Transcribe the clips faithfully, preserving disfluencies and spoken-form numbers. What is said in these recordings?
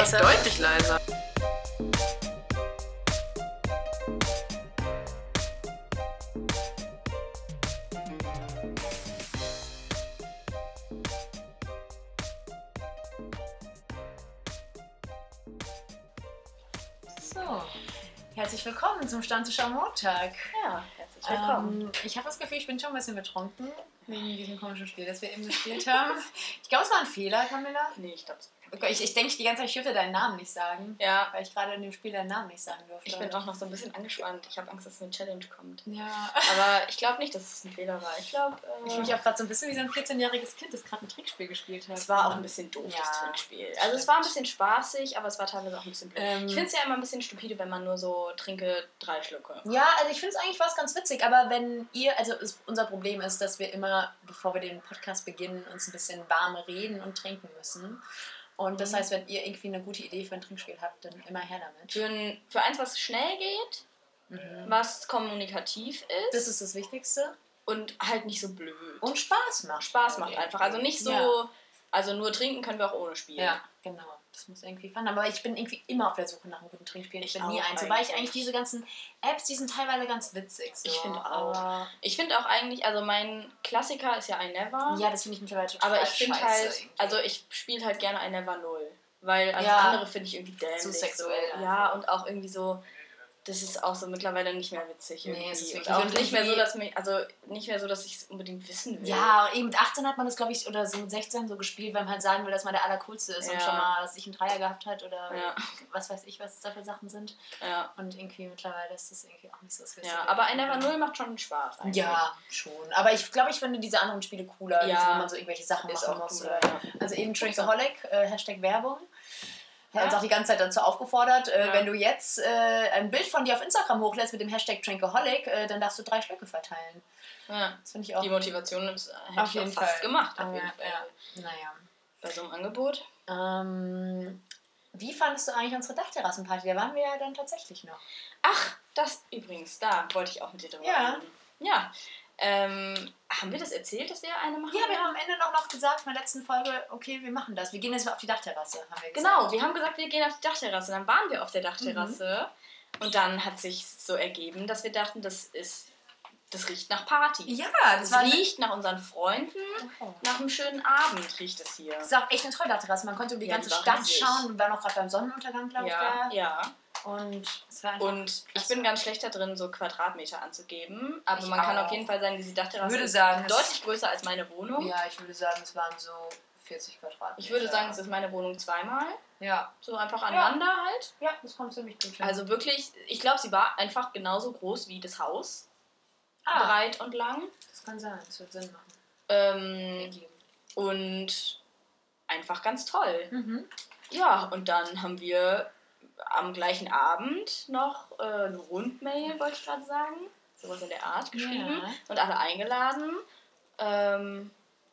leiser. Deutlich leiser. So, herzlich willkommen zum Stammtisch am Montag. Ja, herzlich willkommen. Ähm, ich habe das Gefühl, ich bin schon ein bisschen betrunken wegen diesem komischen Spiel, das wir eben gespielt haben. Ich glaube, es war ein Fehler, Camilla. Nee, ich glaub's. Okay, ich, ich denke die ganze Zeit, ich dürfte deinen Namen nicht sagen, Ja, weil ich gerade in dem Spiel deinen Namen nicht sagen durfte. ich bin auch noch so ein bisschen angespannt. Ich habe Angst, dass eine Challenge kommt. Ja. Aber ich glaube nicht, dass es ein Fehler war. Ich glaube, äh, Ich fühle mich auch gerade so ein bisschen wie so ein vierzehnjähriges Kind, das gerade ein Trickspiel gespielt hat. es war auch ein bisschen doof, Ja, das Trinkspiel. Also es war ein bisschen spaßig, aber es war teilweise auch ein bisschen blöd. Ähm, ich finde es ja immer ein bisschen stupide, wenn man nur so trinke drei Schlucke. Ja, also ich finde es eigentlich was ganz witzig, aber wenn ihr, also es, unser Problem ist, dass wir immer, bevor wir den Podcast beginnen, uns ein bisschen warm reden und trinken müssen. Und das Mhm. heißt, wenn ihr irgendwie eine gute Idee für ein Trinkspiel habt, dann immer her damit. Für, ein, für eins, was schnell geht, Mhm. was kommunikativ ist, Das ist das Wichtigste. und halt nicht so blöd. Und Spaß macht. Spaß macht einfach. Also nicht so, Ja. also nur trinken können wir auch ohne spielen. Ja, genau. Das muss irgendwie fun. Aber ich bin irgendwie immer auf der Suche nach einem guten Trinkspiel. Ich Ich bin nie auch eins. Wobei ich eigentlich. eigentlich diese ganzen Apps, die sind teilweise ganz witzig. So. Ich finde auch. Aber Ich finde auch eigentlich, also mein Klassiker ist ja I Never. ja, das finde ich mittlerweile total aber ich finde scheiße halt, irgendwie. also ich spiele halt gerne I Never Null. Weil alles Ja. andere finde ich irgendwie dämlich. Zu sexuell So. einfach. Ja, und auch irgendwie so, das ist auch so mittlerweile nicht mehr witzig Nee, irgendwie. es ist und wirklich- auch und nicht mehr so, irgendwie- dass mich, also nicht mehr so, dass ich es unbedingt wissen will. Ja, eben mit achtzehn hat man das, glaube ich, oder so mit sechzehn so gespielt, weil man halt sagen will, dass man der Allercoolste ist Ja. und schon mal, dass ich einen Dreier gehabt hat oder Ja. was weiß ich, was es da für Sachen sind. Ja, Und irgendwie mittlerweile ist das irgendwie auch nicht so das ja. aber I Never Null macht schon Spaß eigentlich. Ja, schon. Aber ich glaube, ich finde diese anderen Spiele cooler, Ja. diese, wo man so irgendwelche Sachen Ist machen auch muss. cooler, Oder, ja. also eben Drinkaholic, äh, Hashtag Werbung. Er hat Ja. uns auch die ganze Zeit dazu aufgefordert, äh, Ja. wenn du jetzt äh, ein Bild von dir auf Instagram hochlädst mit dem Hashtag Drinkaholic, äh, dann darfst du drei Schlücke verteilen. Ja. Das finde ich auch. Die Motivation ist, hätte Auf ich jeden auch fast Fall. gemacht. Auf Ja, jeden Fall. ja. Naja. Bei so einem Angebot. Ähm, wie fandest du eigentlich unsere Dachterrassenparty? Da waren wir ja dann tatsächlich noch. Ach, das übrigens, da wollte ich auch mit dir drüber Ja. reden. Ja. Ähm, haben wir das erzählt, dass wir eine machen? Ja, wir haben am Ende noch, noch gesagt in der letzten Folge, okay, wir machen das. Wir gehen jetzt mal auf die Dachterrasse, haben wir gesagt. Genau, wir haben gesagt, wir gehen auf die Dachterrasse. Dann waren wir auf der Dachterrasse und dann hat sich so ergeben, dass wir dachten, das ist, das riecht nach Party. Ja, Das das war riecht nach unseren Freunden, Oh. nach einem schönen Abend riecht es hier. Das ist auch echt eine tolle Dachterrasse. Man konnte über die Ja, ganze die war Stadt riesig. schauen. Wir waren auch gerade beim Sonnenuntergang, glaube ich, Ja, da. ja. Und es war einfach Und ich klasse. bin ganz schlecht da drin, so Quadratmeter anzugeben. Aber Ich man kann auch. auf jeden Fall sagen, diese Dachterrasse würde ist sagen, es- deutlich größer als meine Wohnung. Ja, ich würde sagen, es waren so vierzig Quadratmeter. Ich würde sagen, es ist meine Wohnung zweimal. Ja. So einfach aneinander halt. Ja, das kommt ziemlich gut hin. Also wirklich, ich glaube, sie war einfach genauso groß wie das Haus. ah, Breit und lang. das kann sein. Das wird Sinn machen. Ähm, Ergeben. und einfach ganz toll. Mhm. Ja, und dann haben wir am gleichen Abend noch äh, eine Rundmail, wollte ich gerade sagen, sowas in der Art geschrieben Ja. und alle eingeladen. Ähm,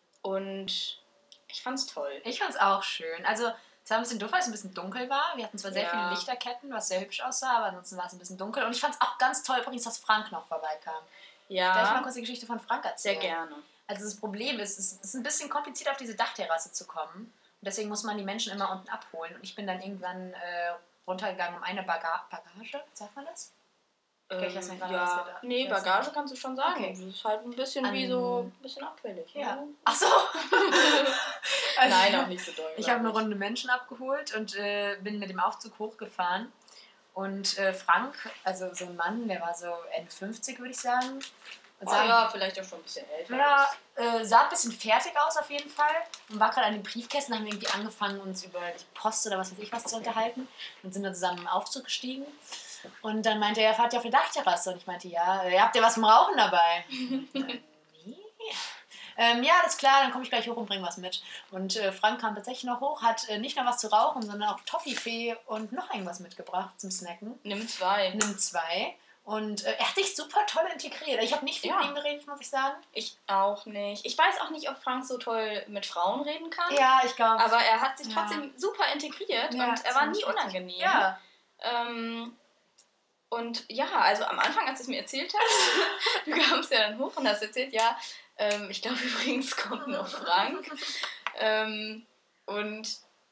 und ich fand's toll. Ich fand es auch schön. Also, es war ein bisschen doof, weil es ein bisschen dunkel war. Wir hatten zwar sehr Ja. viele Lichterketten, was sehr hübsch aussah, aber ansonsten war es ein bisschen dunkel. Und ich fand es auch ganz toll übrigens, dass Frank noch vorbeikam. Darf ich mal Ja, kurz die Geschichte von Frank sehr erzählen? gerne. Also das Problem ist, es ist ein bisschen kompliziert, auf diese Dachterrasse zu kommen. Und deswegen muss man die Menschen immer unten abholen. Und ich bin dann irgendwann äh, runtergegangen um eine Baga Bagage, sagt man das? Okay, ich weiß nicht gerade, was wir ja, da- nee, das- Bagage kannst du schon sagen. Okay. Das ist halt ein bisschen An- wie so, ein bisschen abfällig. Ja. Ne? Ach so! Also, Nein, auch nicht so doll. Ich glaub habe eine Runde Menschen abgeholt und äh, bin mit dem Aufzug hochgefahren. Und äh, Frank, also so ein Mann, der war so Ende fünfzig, würde ich sagen. Und Oh, sah, ja, vielleicht auch schon ein bisschen älter. ja, äh, sah ein bisschen fertig aus auf jeden Fall. Und war gerade an den Briefkästen, haben wir irgendwie angefangen, uns über die Post oder was weiß ich was zu unterhalten. Und sind dann zusammen im Aufzug gestiegen. Und dann meinte er, er fahrt ja auf die Dachterrasse. Und ich meinte, ja, äh, habt ihr was zum Rauchen dabei? Und ich meinte, nee. Ähm, ja, alles klar, dann komme ich gleich hoch und bringe was mit. Und äh, Frank kam tatsächlich noch hoch, hat äh, nicht nur was zu rauchen, sondern auch Toffifee und noch irgendwas mitgebracht zum Snacken. Nimm zwei. Nimm zwei. Und äh, er hat sich super toll integriert. Ich habe nicht viel Ja. mit ihm geredet, muss ich sagen. Ich auch nicht. Ich weiß auch nicht, ob Frank so toll mit Frauen reden kann. Ja, ich glaube. Aber er hat sich Ja. trotzdem super integriert Ja, und das er war fand nie ich richtig. unangenehm. Ja. Ähm, und ja, also am Anfang, als du es mir erzählt hast, du kamst ja dann hoch und hast erzählt, ja, ähm, ich glaube übrigens kommt noch Frank. ähm, und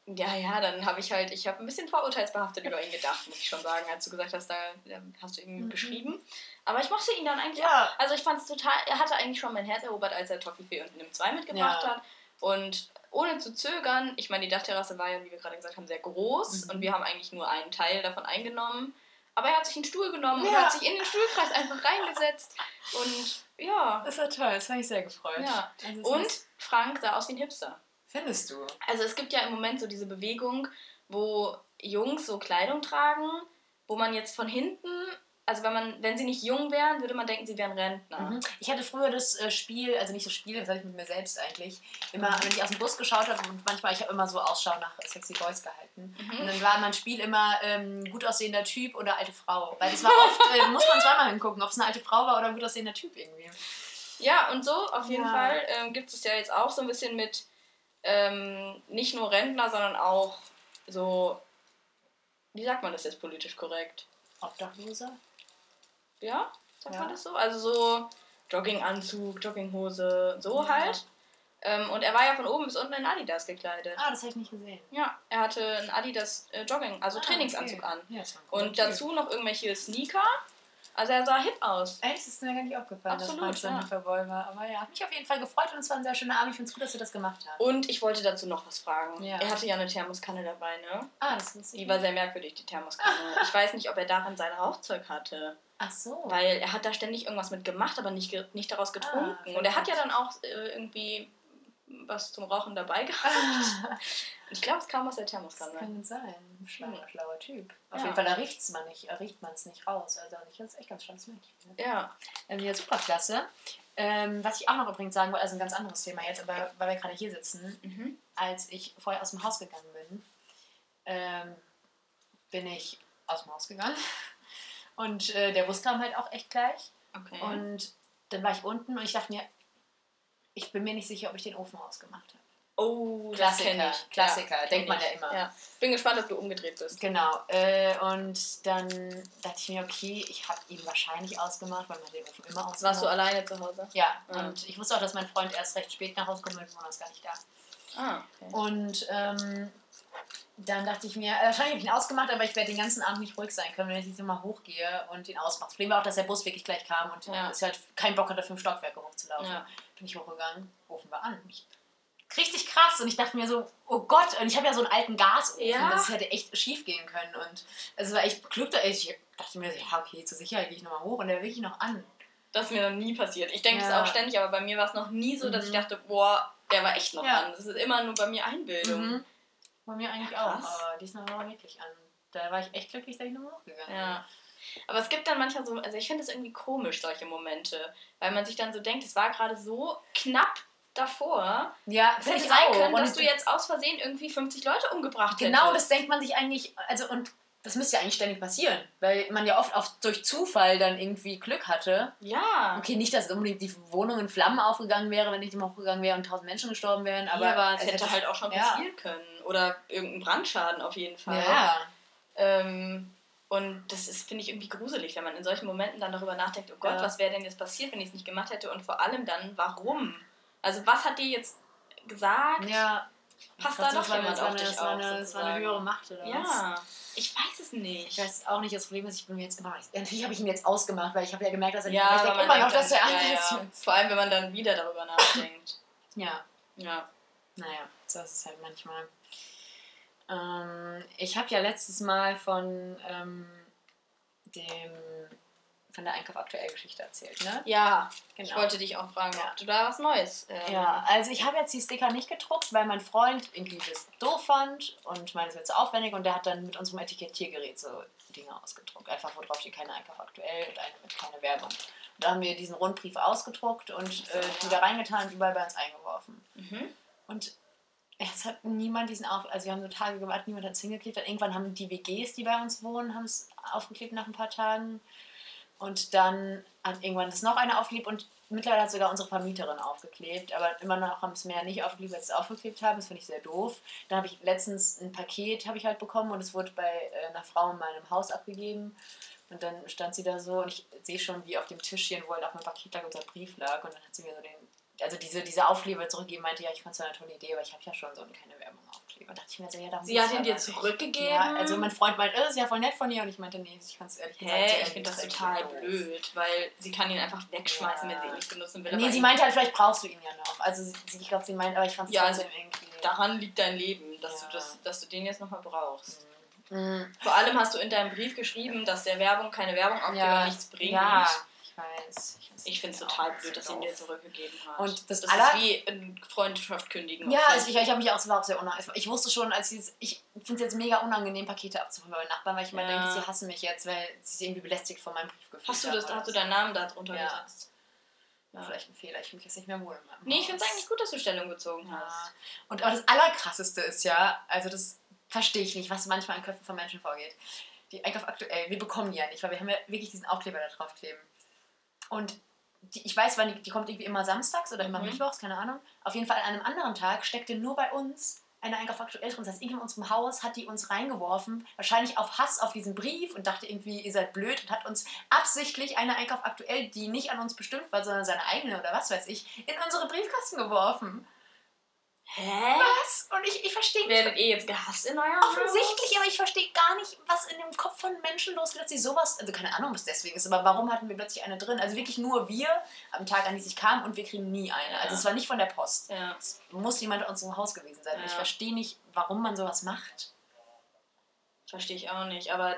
Ja, ja, dann habe ich halt, ich habe ein bisschen vorurteilsbehaftet über ihn gedacht, muss ich schon sagen, als du gesagt hast, da, da hast du ihn mhm. beschrieben. Aber ich mochte ihn dann eigentlich ja. auch. Also ich fand es total, er hatte eigentlich schon mein Herz erobert, als er Toffifee und Nimm zwei mitgebracht ja. hat. Und ohne zu zögern, ich meine, die Dachterrasse war ja, wie wir gerade gesagt haben, sehr groß mhm. und wir haben eigentlich nur einen Teil davon eingenommen. Aber er hat sich einen Stuhl genommen ja. und hat sich in den Stuhlkreis einfach reingesetzt. Und ja. Das war toll, das habe ich sehr gefreut. Ja. Also und Frank sah aus wie ein Hipster. Findest du? Also es gibt ja im Moment so diese Bewegung, wo Jungs so Kleidung tragen, wo man jetzt von hinten, also wenn man, wenn sie nicht jung wären, würde man denken, sie wären Rentner. Mhm. Ich hatte früher das äh, Spiel, also nicht so Spiel, das hatte ich mit mir selbst eigentlich, immer, wenn ich aus dem Bus geschaut habe und manchmal, ich habe immer so Ausschau nach Sexy Boys gehalten. Mhm. Und dann war mein Spiel immer ähm, gut aussehender Typ oder alte Frau. Weil das war oft, äh, muss man zweimal hingucken, ob es eine alte Frau war oder ein gut aussehender Typ irgendwie. Ja, und so auf jeden ja. Fall ähm, gibt es ja jetzt auch so ein bisschen mit Ähm, nicht nur Rentner, sondern auch so, wie sagt man das jetzt politisch korrekt? Obdachlose? Ja, sagt ja. man das so? Also so Jogginganzug, Jogginghose, so ja. halt. Ähm, und er war ja von oben bis unten in Adidas gekleidet. Ah, das habe ich nicht gesehen. Ja, er hatte einen Adidas äh, Jogging, also ah, Trainingsanzug okay. an. Ja, und dazu noch irgendwelche Sneaker. Also er sah hip aus. Echt? Das ist mir gar nicht aufgefallen, Absolut, dass Frank so ja. ein war. Aber ja, hat mich auf jeden Fall gefreut und es war ein sehr schöner Abend. Ich finde es gut, dass wir das gemacht haben. Und ich wollte dazu noch was fragen. Ja. Er hatte ja eine Thermoskanne dabei, ne? Ah, das ist Die war sehr merkwürdig, die Thermoskanne. Ich weiß nicht, ob er darin sein Rauchzeug hatte. Ach so. Weil er hat da ständig irgendwas mit gemacht, aber nicht, ge- nicht daraus getrunken. Ah, und er hat ja dann auch äh, irgendwie was zum Rauchen dabei gehabt. Ah. Ich glaube, es kam aus der Thermoskanne. Das kann sein. Ein schlauer, schlauer Typ. Auf ja. jeden Fall, da riecht man nicht, riecht man es nicht raus. Also ich finde es echt ganz schönes Mädchen. Ja. Ähm, ja, super klasse. Ähm, was ich auch noch übrigens sagen wollte, also ein ganz anderes Thema jetzt, aber weil wir gerade hier sitzen, mhm. als ich vorher aus dem Haus gegangen bin, ähm, bin ich aus dem Haus gegangen. Und äh, der Bus kam halt auch echt gleich. Okay. Und dann war ich unten und ich dachte mir, ich bin mir nicht sicher, ob ich den Ofen ausgemacht habe. Oh, Klassiker, das ich. Klassiker, ja, denkt man ja immer. Ja. Bin gespannt, ob du umgedreht bist. Genau, äh, und dann dachte ich mir, okay, ich habe ihn wahrscheinlich ausgemacht, weil man den Ofen immer ausmacht. Warst du alleine zu Hause? Ja, ja, und ich wusste auch, dass mein Freund erst recht spät nach Hause kommt, und wir waren gar nicht da. Ah, okay. Und ähm, dann dachte ich mir, äh, wahrscheinlich habe ich ihn ausgemacht, aber ich werde den ganzen Abend nicht ruhig sein können, wenn ich jetzt mal hochgehe und ihn ausmache. Das Problem war auch, dass der Bus wirklich gleich kam und ja. es halt keinen Bock hatte, fünf Stockwerke hochzulaufen. Ja. Bin ich hochgegangen, Ofen war an. Ich, richtig krass und ich dachte mir so, oh Gott, und ich habe ja so einen alten Gasofen, ja. das hätte echt schief gehen können und es war echt Glück, ich dachte mir, ja okay, zur Sicherheit gehe ich nochmal hoch und der war wirklich noch an. Das ist mir noch nie passiert. Ich denke es ja. auch ständig, aber bei mir war es noch nie so, dass mhm. ich dachte, boah, der war echt noch ja. an. Das ist immer nur bei mir Einbildung. Mhm. Bei mir eigentlich ja, auch, aber diesmal war er wirklich an. Da war ich echt glücklich, dass ich nochmal hochgegangen ja. bin. Aber es gibt dann manchmal so, also ich finde es irgendwie komisch, solche Momente, weil man sich dann so denkt, es war gerade so knapp davor, ja, hätte es sein können, dass du jetzt aus Versehen irgendwie fünfzig Leute umgebracht hättest. Genau, das denkt man sich eigentlich, also und das müsste ja eigentlich ständig passieren, weil man ja oft auf, durch Zufall dann irgendwie Glück hatte. Ja. Okay, nicht, dass unbedingt die Wohnung in Flammen aufgegangen wäre, wenn nicht immer hochgegangen wäre und tausend Menschen gestorben wären, aber, ja, aber es hätte, hätte halt auch schon ja. passieren können oder irgendein Brandschaden auf jeden Fall. Ja. Ähm, und das ist, finde ich, irgendwie gruselig, wenn man in solchen Momenten dann darüber nachdenkt, oh Gott, ja. was wäre denn jetzt passiert, wenn ich es nicht gemacht hätte und vor allem dann, warum? Also was hat dir jetzt gesagt? Ja. Passt da doch jemand auf dich auf? Das war eine höhere Macht, oder ja. was? Ja, ich weiß es nicht. Ich weiß auch nicht, das Problem ist, ich bin mir jetzt immer noch nicht... Natürlich habe ich ihn jetzt ausgemacht, weil ich habe ja gemerkt, dass er ja, nicht... Ich denke immer noch, dass er ja, anders ja. ist. Vor allem, wenn man dann wieder darüber nachdenkt. Ja. Ja. Naja, so ist es halt manchmal. Ähm, ich habe ja letztes Mal von ähm, dem... von der Einkauf aktuell Geschichte erzählt, ne? Ja, genau. Ich wollte dich auch fragen, ja. ob du da was Neues... Ähm ja, also ich habe jetzt die Sticker nicht gedruckt, weil mein Freund irgendwie das doof fand und meines wird zu aufwendig und der hat dann mit unserem Etikettiergerät so Dinge ausgedruckt. Einfach, wo drauf steht, keine Einkauf aktuell und eine mit keine Werbung. Und da haben wir diesen Rundbrief ausgedruckt und äh, die da reingetan und überall bei uns eingeworfen. Mhm. Und es hat niemand diesen auf... Also wir haben so Tage gewartet, niemand hat es hingeklebt. Und irgendwann haben die W Gs, die bei uns wohnen, haben es aufgeklebt nach ein paar Tagen. Und dann hat irgendwann das noch einer aufgeklebt und mittlerweile hat sogar unsere Vermieterin aufgeklebt. Aber immer noch haben es mehr nicht aufgeklebt, als sie es aufgeklebt haben. Das finde ich sehr doof. Dann habe ich letztens ein Paket habe ich halt bekommen und es wurde bei äh, einer Frau in meinem Haus abgegeben. Und dann stand sie da so und ich sehe schon, wie auf dem Tischchen, wo halt auf meinem Paket lag, unser Brief lag. Und dann hat sie mir so den, also diese, diese Aufkleber zurückgegeben, meinte, ja, ich fand es eine tolle Idee, aber ich habe ja schon so eine keine Werbung aufkleber. Und dachte ich mir so, ja, darum Sie hat ihn dir zurückgegeben? Ja, also mein Freund meinte, das ist ja voll nett von ihr. Und ich meinte, nee, ich fand es ehrlich gesagt Hä, ich finde das total blöd, weil sie kann ihn einfach wegschmeißen, ja. wenn sie ihn nicht benutzen will. Nee, sie meinte halt, vielleicht brauchst du ihn ja noch. Also sie, ich glaube, sie meint, aber ich fand es ja, trotzdem also irgendwie... Daran liegt dein Leben, dass, ja. du, das, dass du den jetzt nochmal brauchst. Mhm. Vor allem hast du in deinem Brief geschrieben, dass der Werbung keine Werbung Aufkleber ja. nichts bringt. Ja, ich weiß. Ich, ich finde es total blöd, dass sie ihn dir zurückgegeben hat. Und das, das ist wie in Freundschaft kündigen. Ja, also ich, ich habe mich auch, war auch sehr unangenehm. Ich wusste schon, als sie ich finde es jetzt mega unangenehm, Pakete abzuholen bei meinen Nachbarn, weil ich immer ja. denke, sie hassen mich jetzt, weil sie sich irgendwie belästigt von meinem Brief gefühlt Hast du das, hast du deinen Namen da drunter ja. gesetzt? Ja. Vielleicht ein Fehler, ich fühle mich jetzt nicht mehr wohl in meinem Nee, Haus. Ich finde es eigentlich gut, dass du Stellung bezogen ja. hast. Und aber das Allerkrasseste ist ja, also das verstehe ich nicht, was manchmal in Köpfen von Menschen vorgeht. Die Einkauf aktuell, wir bekommen die ja nicht, weil wir haben ja wirklich diesen Aufkleber da drauf kleben. Und die, ich weiß, wann die, die kommt irgendwie immer samstags oder immer mhm. mittwochs, keine Ahnung. Auf jeden Fall an einem anderen Tag steckte nur bei uns eine Einkauf aktuell drin. Das heißt, irgendjemand in unserem Haus hat die uns reingeworfen, wahrscheinlich auf Hass auf diesen Brief und dachte irgendwie, ihr seid blöd und hat uns absichtlich eine Einkauf aktuell, die nicht an uns bestimmt war, sondern seine eigene oder was weiß ich, in unsere Briefkasten geworfen. Hä? Was? Und ich, ich verstehe nicht. Werdet ihr jetzt gehasst in eurem Offensichtlich, Haus? Aber ich verstehe gar nicht, was in dem Kopf von Menschen losgeht, dass sie sowas, also keine Ahnung, was deswegen ist, aber warum hatten wir plötzlich eine drin? Also wirklich nur wir am Tag, an die sich kam und wir kriegen nie eine. Ja. Also es war nicht von der Post. Ja. Es muss jemand in unserem Haus gewesen sein. Ja. Und ich verstehe nicht, warum man sowas macht. Verstehe ich auch nicht, aber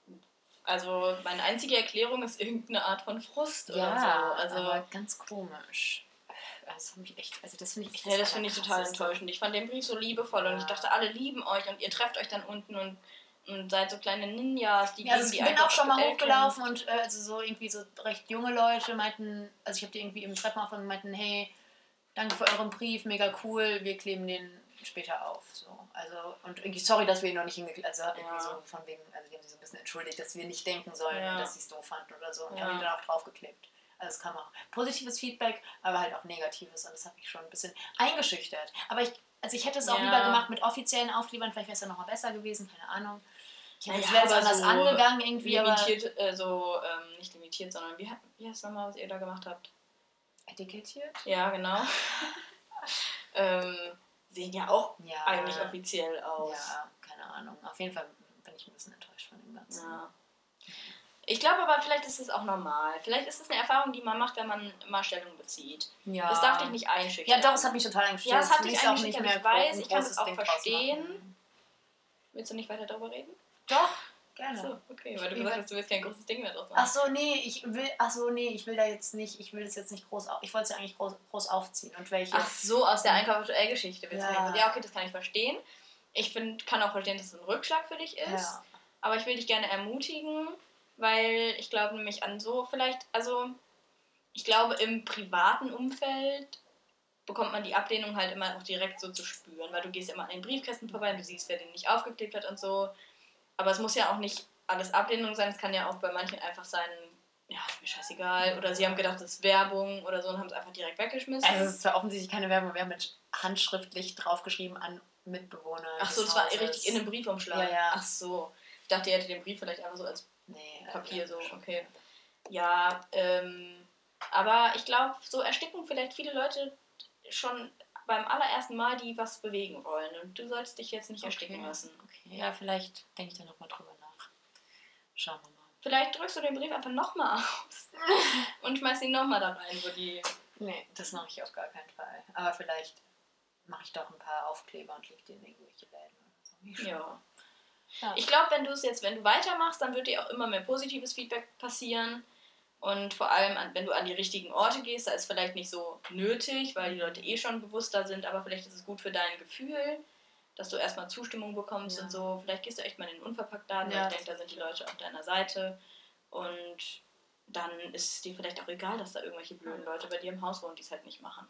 also meine einzige Erklärung ist irgendeine Art von Frust ja, oder so. Also aber ganz komisch. Das finde ich echt, also das finde ich echt ja, das finde ich total enttäuschend. Ich fand den Brief so liebevoll ja. und ich dachte, alle lieben euch und ihr trefft euch dann unten und, und seid so kleine Ninjas, die ja, also ich bin auch schon mal hochgelaufen und äh, also so irgendwie so recht junge Leute meinten, also ich habe die irgendwie im Treppenaufgang meinten, hey, danke für euren Brief, mega cool, wir kleben den später auf. So. Also, und irgendwie sorry, dass wir ihn noch nicht hingeklebt haben. Also irgendwie ja. so von wegen, also die haben sich so ein bisschen entschuldigt, dass wir nicht denken sollen, ja. dass sie es doof fanden oder so. Und ja. haben ihn dann auch draufgeklebt. Also es kam auch positives Feedback, aber halt auch negatives und das hat mich schon ein bisschen eingeschüchtert. Aber ich, also ich hätte es auch ja. lieber gemacht mit offiziellen Aufklebern, vielleicht wäre es ja nochmal besser gewesen, keine Ahnung. Ich hätte ja, es anders so angegangen irgendwie, limitiert, aber... Äh, so, ähm, nicht limitiert, sondern wie, wie heißt es nochmal, was ihr da gemacht habt? Etikettiert? Ja, genau. ähm, sehen ja auch ja. eigentlich offiziell aus. Ja, keine Ahnung. Auf jeden Fall bin ich ein bisschen enttäuscht von dem Ganzen. Ja. Ich glaube aber, vielleicht ist es auch normal. Vielleicht ist es eine Erfahrung, die man macht, wenn man mal Stellung bezieht. Ja. Das darf dich nicht einschüchtern. Ja, doch, es hat mich total eingeschüchtert. Ja, es hat dich eingeschüchtert, ich weiß, ich kann es auch Ding verstehen. Willst du nicht weiter darüber reden? Doch, gerne. Ach so, okay, weil du gesagt hast, du willst kein großes Ding mehr draus machen. Ach so, nee, ich will, ach so, nee, ich will da jetzt nicht, ich will das jetzt nicht groß, ich wollte es ja eigentlich groß, groß aufziehen. Und welche? Ach so, aus der Einkauf-Geschichte. Ja. ja, okay, das kann ich verstehen. Ich find, kann auch verstehen, dass es ein Rückschlag für dich ist. Ja. Aber ich will dich gerne ermutigen, weil ich glaube nämlich an so vielleicht, also ich glaube im privaten Umfeld bekommt man die Ablehnung halt immer auch direkt so zu spüren, weil du gehst immer an den Briefkästen vorbei und du siehst, wer den nicht aufgeklebt hat und so. Aber es muss ja auch nicht alles Ablehnung sein, es kann ja auch bei manchen einfach sein, ja, ist mir scheißegal, oder sie haben gedacht, das ist Werbung oder so und haben es einfach direkt weggeschmissen. Also es ist zwar offensichtlich keine Werbung, wir haben mit handschriftlich draufgeschrieben an Mitbewohner. Ach so, das war richtig in einem Briefumschlag. Ja, ja. Ach so. Ich dachte, ihr hättet den Brief vielleicht einfach so als nee, Papier so, okay. Ja, ähm, aber ich glaube, so ersticken vielleicht viele Leute schon beim allerersten Mal, die was bewegen wollen. Und du sollst dich jetzt nicht okay. ersticken lassen. Okay, ja, vielleicht denke ich da nochmal drüber nach. Schauen wir mal. Vielleicht drückst du den Brief einfach nochmal aus und schmeißt ihn nochmal da rein, wo die... Nee, das mache ich auf gar keinen Fall. Aber vielleicht mache ich doch ein paar Aufkleber und leg die in irgendwelche Läden oder so. Ja. Ja. Ich glaube, wenn du es jetzt, wenn du weitermachst, dann wird dir auch immer mehr positives Feedback passieren. Und vor allem, wenn du an die richtigen Orte gehst, da ist vielleicht nicht so nötig, weil die Leute eh schon bewusster sind, aber vielleicht ist es gut für dein Gefühl, dass du erstmal Zustimmung bekommst ja. und so. Vielleicht gehst du echt mal in den Unverpacktladen, ja, weil ich denke, da sind die Leute auf deiner Seite. Und dann ist dir vielleicht auch egal, dass da irgendwelche blöden Leute bei dir im Haus wohnen, die es halt nicht machen.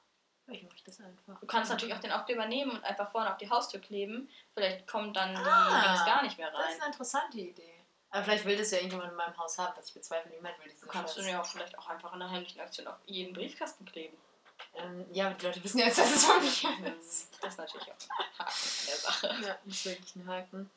Ich mache das einfach. Du kannst natürlich auch den Aufkleber nehmen und einfach vorne auf die Haustür kleben. Vielleicht kommen dann die ah, Dings gar nicht mehr rein. Das ist eine interessante Idee. Aber vielleicht will das ja irgendjemand in meinem Haus haben, was ich bezweifle, niemand will diese Kannst Scheiß. Du ja auch vielleicht auch einfach in einer heimlichen Aktion auf jeden Briefkasten kleben. Ähm, ja, aber die Leute wissen ja jetzt, dass es von mir ist. Das ist natürlich auch ein Haken an der Sache. Ja, das ist wirklich ein Haken.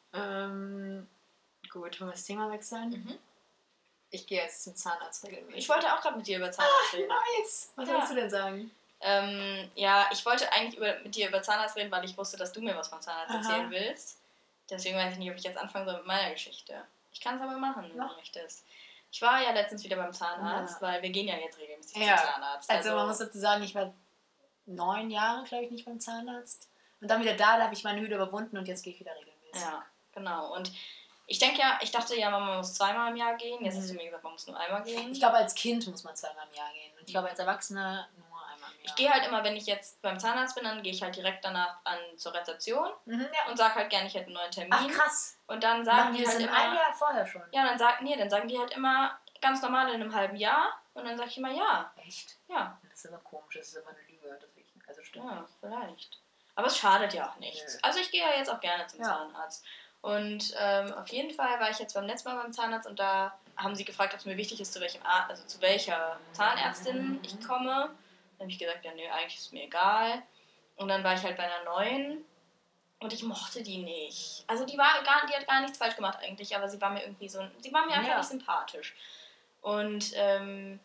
Ähm, gut, wollen wir das Thema wechseln? Mhm. Ich gehe jetzt zum Zahnarzt regelmäßig. Ich wollte auch gerade mit dir über Zahnarzt reden. Ah, nice! Was ja. willst du denn sagen? Ähm, ja, ich wollte eigentlich über, mit dir über Zahnarzt reden, weil ich wusste, dass du mir was vom Zahnarzt Aha. erzählen willst. Deswegen weiß ich nicht, ob ich jetzt anfangen soll mit meiner Geschichte. Ich kann es aber machen, wenn ja. du möchtest. Ich war ja letztens wieder beim Zahnarzt, ja. weil wir gehen ja jetzt regelmäßig ja. zum Zahnarzt. Also, also man muss dazu sagen, ich war neun Jahre, glaube ich, nicht beim Zahnarzt. Und dann wieder da, da habe ich meine Hürde überwunden und jetzt gehe ich wieder regelmäßig. Ja, genau. Und ich denke ja, ich dachte ja, man muss zweimal im Jahr gehen. Jetzt mhm. hast du mir gesagt, man muss nur einmal gehen. Ich glaube, als Kind muss man zweimal im Jahr gehen. Und ich glaube, als Erwachsener nur einmal im Jahr. Ich gehe halt immer, wenn ich jetzt beim Zahnarzt bin, dann gehe ich halt direkt danach an zur Rezeption mhm, ja. und sage halt gerne, ich hätte einen neuen Termin. Ach, krass. Und dann sagen Machen die, die halt das immer... ein Jahr vorher schon? Ja, dann sagen, nee, dann sagen die halt immer ganz normal in einem halben Jahr. Und dann sage ich immer ja. Echt? Ja. Das ist immer komisch, das ist immer eine Lüge. Deswegen. Also stimmt. Ja, vielleicht. Aber es schadet ja auch nichts. Ja. Also ich gehe ja jetzt auch gerne zum ja. Zahnarzt. Und ähm, auf jeden Fall war ich jetzt beim letzten Mal beim Zahnarzt und da haben sie gefragt, ob es mir wichtig ist, zu welchem Ar- also zu welcher Zahnärztin ich komme. Dann habe ich gesagt, ja nee, eigentlich ist es mir egal. Und dann war ich halt bei einer neuen und ich mochte die nicht. Also die war gar, die hat gar nichts falsch gemacht eigentlich, aber sie war mir irgendwie so, sie war mir einfach ja. nicht sympathisch. Und ähm,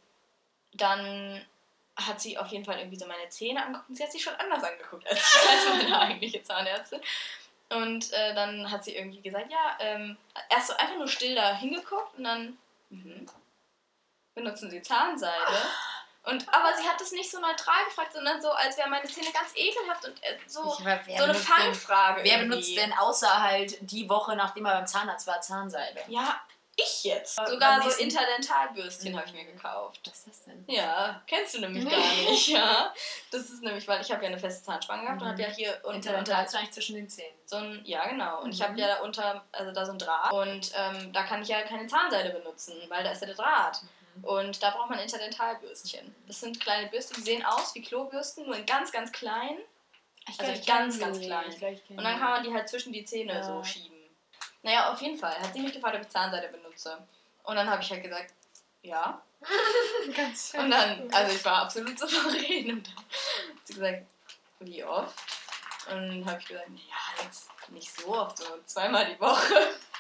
dann hat sie auf jeden Fall irgendwie so meine Zähne angeguckt und sie hat sich schon anders angeguckt als, als meine eigentliche Zahnärztin. Und äh, dann hat sie irgendwie gesagt, ja, ähm, erst so einfach nur still da hingeguckt und dann mhm, benutzen Sie Zahnseide. Und, aber sie hat das nicht so neutral gefragt, sondern so, als wären meine Zähne ganz ekelhaft und äh, so, weiß, so eine Fangfrage. Denn, wer benutzt denn außer halt die Woche, nachdem er beim Zahnarzt war, Zahnseide? Ja, ich jetzt. Sogar so Interdentalbürstchen mhm. habe ich mir gekauft. Was ist das denn? Ja, kennst du nämlich gar nicht, ja. Das ist nämlich, weil ich habe ja eine feste Zahnspange gehabt mhm. und habe ja hier unter... Interdental ist eigentlich zwischen den Zähnen. So ein, ja, genau. Und mhm. ich habe ja da unter, also da so ein Draht und ähm, da kann ich ja keine Zahnseide benutzen, weil da ist ja der Draht. Mhm. Und da braucht man Interdentalbürstchen. Das sind kleine Bürstchen, die sehen aus wie Klobürsten, nur in ganz, ganz klein. Ich also ich ganz, ganz die. klein. Ich und dann kann man die halt zwischen die Zähne ja. so schieben. Naja, auf jeden Fall hat sie mich gefragt, ob ich Zahnseide benutze. Und dann habe ich halt gesagt, ja. Ganz schön. Und dann, also ich war absolut souverän. Und dann hat sie gesagt, wie oft? Und dann habe ich gesagt, ja, jetzt nicht so oft, so zweimal die Woche.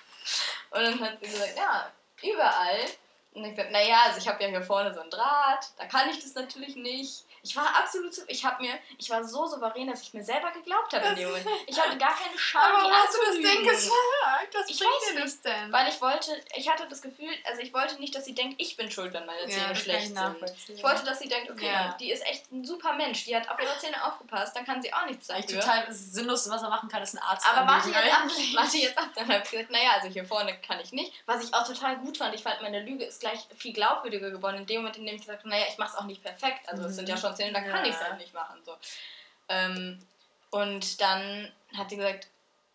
Und dann hat sie gesagt, ja, überall. Und ich gesagt, naja, also ich habe ja hier vorne so ein Draht, da kann ich das natürlich nicht. Ich war absolut, ich habe mir, ich war so souverän, dass ich mir selber geglaubt habe in dem Moment. Ich hatte gar keine Scham, aber die hast du das denn gesagt? Was ich bringt weiß dir das denn? Weil ich wollte, ich hatte das Gefühl, also ich wollte nicht, dass sie denkt, ich bin schuld, wenn meine Zähne ja, schlecht sind. Ich wollte, dass sie denkt, okay, ja. die ist echt ein super Mensch, die hat auf ihre Zähne aufgepasst, dann kann sie auch nichts dafür. Total das Sinnlose, was er machen kann, ist ein Arzt. Aber warte jetzt ab, warte jetzt ab. Dann habe ich gesagt, naja, also hier vorne kann ich nicht. Was ich auch total gut fand, ich fand, meine Lüge ist gleich viel glaubwürdiger geworden. In dem Moment, in dem ich gesagt habe, naja, ich mache es auch nicht perfekt. Also es mhm. sind ja schon Zähne, da kann ja. ich es halt nicht machen. So. Ähm, und dann hat sie gesagt,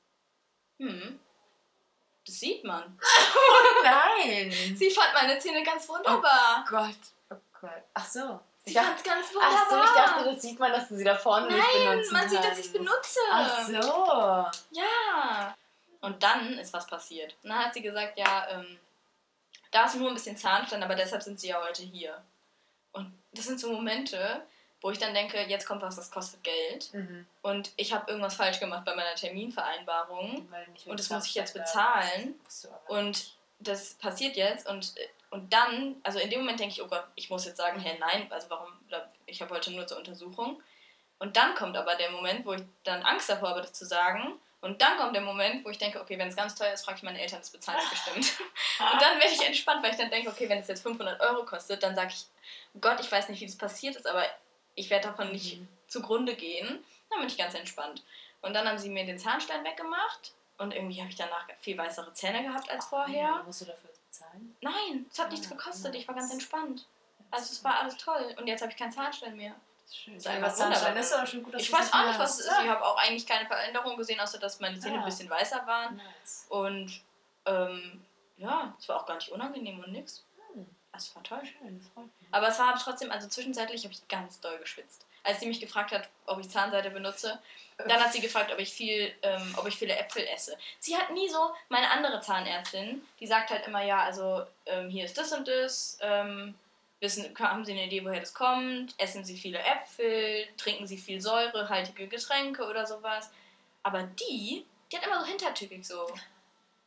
hm, das sieht man. Oh nein! Sie fand meine Zähne ganz wunderbar. Oh Gott, oh Gott. Ach so. Sie fand es ganz wunderbar. Ach so, ich dachte, das sieht man, dass du sie da vorne Nein, nicht benutzen man sieht, kannst. dass ich es benutze. Ach so. Ja. Und dann ist was passiert. Und dann hat sie gesagt, ja, ähm, da ist nur ein bisschen Zahnstein, aber deshalb sind sie ja heute hier. Und das sind so Momente, wo ich dann denke, jetzt kommt was, das kostet Geld. Mhm. Und ich habe irgendwas falsch gemacht bei meiner Terminvereinbarung. Und das muss ich jetzt bezahlen. Und das passiert jetzt. Und, und dann, also in dem Moment denke ich, oh Gott, ich muss jetzt sagen, hey, nein, also warum, ich habe heute nur zur Untersuchung. Und dann kommt aber der Moment, wo ich dann Angst davor habe, das zu sagen. Und dann kommt der Moment, wo ich denke, okay, wenn es ganz teuer ist, frage ich meine Eltern, das bezahlen die bestimmt. Und dann werde ich entspannt, weil ich dann denke, okay, wenn es jetzt fünfhundert Euro kostet, dann sage ich, Gott, ich weiß nicht, wie das passiert ist, aber ich werde davon nicht mhm. zugrunde gehen. Dann bin ich ganz entspannt. Und dann haben sie mir den Zahnstein weggemacht und irgendwie habe ich danach viel weißere Zähne gehabt als vorher. Oh, musst du dafür bezahlen? Nein, es hat ah, nichts gekostet, ich war ganz entspannt. Also es war alles toll und jetzt habe ich keinen Zahnstein mehr. Schön. Das ist einfach Zahnstein ist aber schon gut, dass ich weiß auch nicht, was es ist. Ich habe auch eigentlich keine Veränderung gesehen, außer dass meine Zähne ja. ein bisschen weißer waren. Nice. Und ähm, ja, es war auch gar nicht unangenehm und nix. Hm. Es war toll. Schön, das freut mich. Aber es war trotzdem, also zwischenzeitlich habe ich ganz doll geschwitzt. Als sie mich gefragt hat, ob ich Zahnseide benutze, dann hat sie gefragt, ob ich viel, ähm, ob ich viele Äpfel esse. Sie hat nie so, meine andere Zahnärztin, die sagt halt immer, ja, also ähm, hier ist das und das, ähm, Wissen, haben Sie eine Idee, woher das kommt? Essen Sie viele Äpfel? Trinken Sie viel säurehaltige Getränke oder sowas? Aber die, die hat immer so hintertückig so.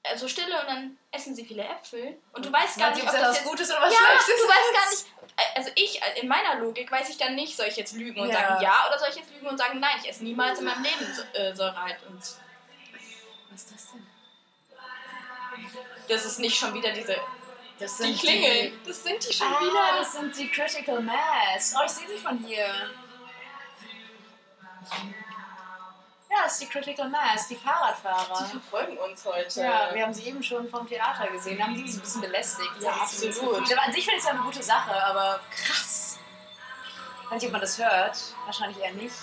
also Stille und dann essen sie viele Äpfel und du weißt gar Weiß nicht, ob ob das das was jetzt, Gutes oder was ja, Schlechtes du weißt gar nicht, also ich, in meiner Logik weiß ich dann nicht, soll ich jetzt lügen und Ja. sagen ja oder soll ich jetzt lügen und sagen nein, ich esse niemals in meinem Leben äh, Säure und Was ist das denn? das ist nicht schon wieder diese, Das die sind Klingeln, das sind die schon ah, wieder. das sind die Critical Mass. Oh, ich sehe sie von hier. Ja, das ist die Critical Mass, die Fahrradfahrer. Die verfolgen uns heute. Ja, wir haben sie eben schon vom Theater gesehen. Da haben sie uns ein bisschen belästigt. Ja, absolut. Aber an sich finde ich es ja eine gute Sache, aber krass. Ich weiß nicht, ob man das hört. Wahrscheinlich eher nicht.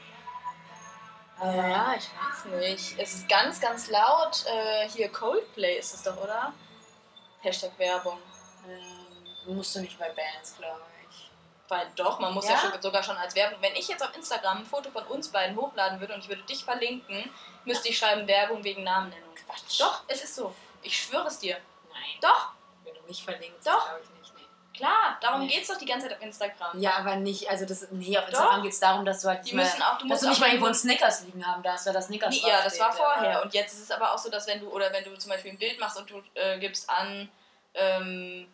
Ja, ich weiß nicht. Es ist ganz, ganz laut. Äh, hier Coldplay ist es doch, oder? Hashtag Werbung. Ähm, musst du nicht bei Bands, glaube ich. Weil doch, man muss ja, Ja schon, sogar schon als Werbung. Wenn ich jetzt auf Instagram ein Foto von uns beiden hochladen würde und ich würde dich verlinken, müsste ich schreiben Werbung wegen Namennennung. Quatsch. Doch, es ist so. Ich schwöre es dir. Nein. Doch. Wenn du mich verlinkst, Doch. glaube ich nicht. Nee. Klar, darum Nee. geht's doch die ganze Zeit auf Instagram. Ja, aber nicht, also das, nee, auf Instagram geht es darum, dass du halt nicht Die mehr, müssen auch, du dass musst du nicht auch mal irgendwo einen Snickers liegen haben darfst, weil das Snickers Nee, ja, das war draufsteht, vorher. ja. Und jetzt ist es aber auch so, dass wenn du, oder wenn du zum Beispiel ein Bild machst und du äh, gibst an, ähm,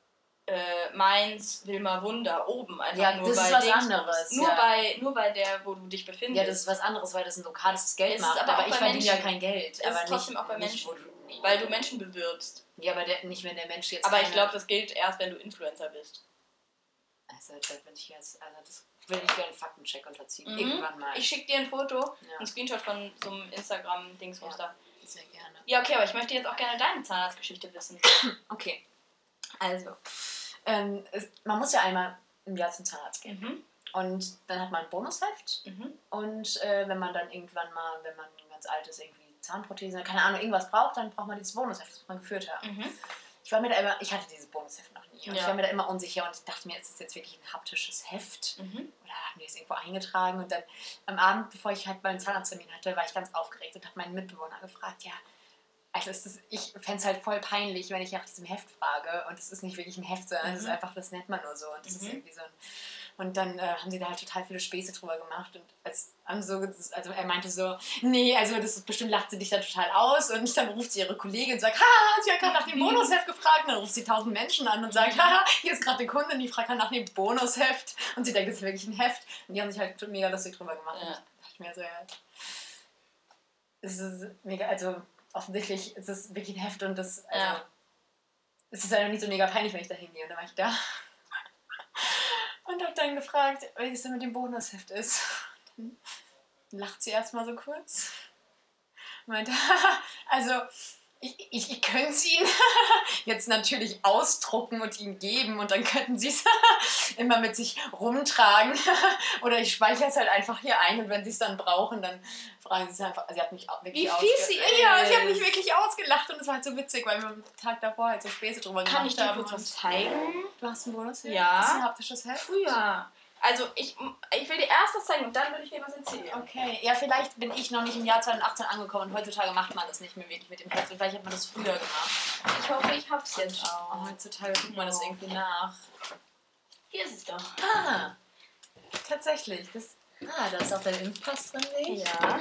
äh, Mainz, Wilma Wunder, oben einfach Ja, nur das bei ist was Dingsbums. anderes, Nur, ja. bei, nur bei der, wo du dich befindest. Ja, das ist was anderes, weil das ein Lokal ist, das Geld Es ist macht, aber aber, auch ich bei verdiene ja Menschen. kein Geld. Es aber ist trotzdem nicht, auch bei nicht, Menschen, wo du, nee. weil du Menschen bewirbst. Ja, aber der, nicht, wenn der Mensch jetzt Aber ich keine- glaube, das gilt erst, wenn du Influencer bist. Also, das will ich jetzt, also das will ich dir einen Faktencheck unterziehen. Mhm. Irgendwann mal. Ich schicke dir ein Foto, Ja. ein Screenshot von so einem Instagram-Dingsmuster. Ja. Sehr gerne. Ja, okay, aber ich möchte jetzt auch gerne deine Zahnarztgeschichte wissen. Okay. Also, ähm, es, man muss ja einmal im Jahr zum Zahnarzt gehen. Mhm. Und dann hat man ein Bonusheft. Mhm. Und äh, wenn man dann irgendwann mal, wenn man ein ganz altes irgendwie Zahnprothese, keine Ahnung, irgendwas braucht, dann braucht man dieses Bonusheft, das man geführt hat. Mhm. Ich war mir da immer, ich hatte dieses Bonusheft noch nie. Und Ja. ich war mir da immer unsicher und ich dachte mir, ist das jetzt wirklich ein haptisches Heft? Mhm. Oder haben die es irgendwo eingetragen? Und dann am Abend, bevor ich halt meinen Zahnarzttermin hatte, war ich ganz aufgeregt und habe meinen Mitbewohner gefragt, ja, also ist das, ich fände es halt voll peinlich, wenn ich nach diesem Heft frage und es ist nicht wirklich ein Heft, sondern es ist Mhm. einfach, das nennt man nur so und das Mhm. ist irgendwie so ein, und dann äh, haben sie da halt total viele Späße drüber gemacht und als, haben so, also er meinte so, nee, also das ist bestimmt, lacht sie dich dann total aus und dann ruft sie ihre Kollegin und sagt, haha, sie hat gerade nach dem Bonusheft gefragt und dann ruft sie tausend Menschen an und sagt, haha, hier ist gerade eine Kundin, die fragt nach dem Bonusheft und sie denkt, das ist wirklich ein Heft und die haben sich halt mega lustig drüber gemacht Ja. und ich dachte mir so, ja, es ist mega, also offensichtlich ist es wirklich ein Heft und das, also, Ja. es ist halt nicht so mega peinlich, wenn ich da hingehe. Und dann war ich da und hab dann gefragt, wie es denn mit dem Bonusheft ist. Dann lacht sie erstmal so kurz. Meinte, also, ich, ich, ich könnte es Ihnen jetzt natürlich ausdrucken und Ihnen geben und dann könnten Sie es immer mit sich rumtragen. Oder ich speichere es halt einfach hier ein und wenn Sie es dann brauchen, dann fragen Sie es einfach. Sie hat mich auch wirklich Wie ausge- fies sie Ja, ist. sie hat mich wirklich ausgelacht und es war halt so witzig, weil wir am Tag davor halt so Späße drüber Kann gemacht ich dir haben. kurz und- was zeigen? Du hast ein Bonusheft? Ja. Das ist ein haptisches Heft? Früher. Also ich, ich will dir erst was zeigen und dann würde ich dir was erzählen. Okay, ja, vielleicht bin ich noch nicht im Jahr zweitausendachtzehn angekommen und heutzutage macht man das nicht mehr wirklich mit dem Heft. Vielleicht hat man das früher gemacht. Ich hoffe, ich hab's jetzt Oh, auch. heutzutage guckt man das irgendwie nach. Hier ist es doch. Ah, tatsächlich. Das, ah, da ist auch dein Impfpass drin, sehe ich. Ja.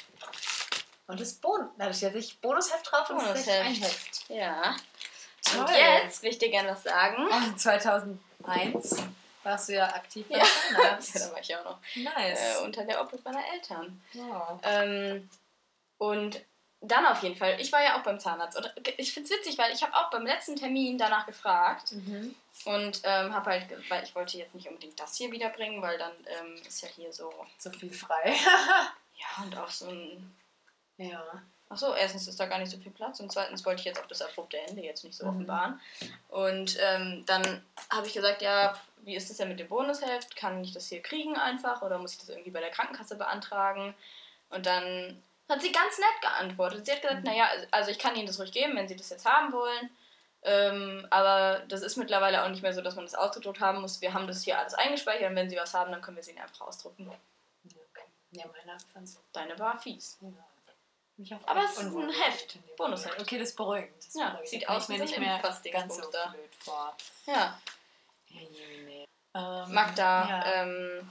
Und das Bonus, da steht nicht Bonusheft drauf und es ist ein Bonusheft. Heft. Ja. Toll. Und jetzt will ich dir gerne was sagen. Und zweitausendeins warst du ja aktiv bei Ja. der Ja, Zahnarzt. da war ich auch noch Nice. äh, unter der Obhut meiner Eltern. Wow. Ähm, und dann auf jeden Fall, ich war ja auch beim Zahnarzt. Und ich find's witzig, weil ich habe auch beim letzten Termin danach gefragt. Mhm. Und ähm, habe halt, ge- weil ich wollte jetzt nicht unbedingt das hier wiederbringen, weil dann ähm, ist ja hier so, So viel frei. ja, und auch so ein, ja. achso, erstens ist da gar nicht so viel Platz und zweitens wollte ich jetzt auch das abrupte Ende jetzt nicht so Mhm. offenbaren. Und ähm, dann habe ich gesagt, ja, wie ist das denn mit dem Bonusheft? Kann ich das hier kriegen einfach oder muss ich das irgendwie bei der Krankenkasse beantragen? Und dann hat sie ganz nett geantwortet. Sie hat gesagt, Mhm. naja, also ich kann Ihnen das ruhig geben, wenn Sie das jetzt haben wollen. Ähm, aber das ist mittlerweile auch nicht mehr so, dass man das ausgedruckt haben muss. Wir haben das hier alles eingespeichert und wenn Sie was haben, dann können wir sie Ihnen einfach ausdrucken. Okay. Ja, meiner fand's. Deine war fies. Ja. Mich auch Aber echt es ist ein unwohl Heft. gefühlt in dem Bonusheft. Moment. Okay, das ist beruhigend. Das ist Ja, beruhigend. sieht Da komm aus ich mir wie so nicht ein mehr Impfpassdingsbums ganz so da. blöd vor. Ja. Ja, Jemine. Ähm, Magda, ja. ähm,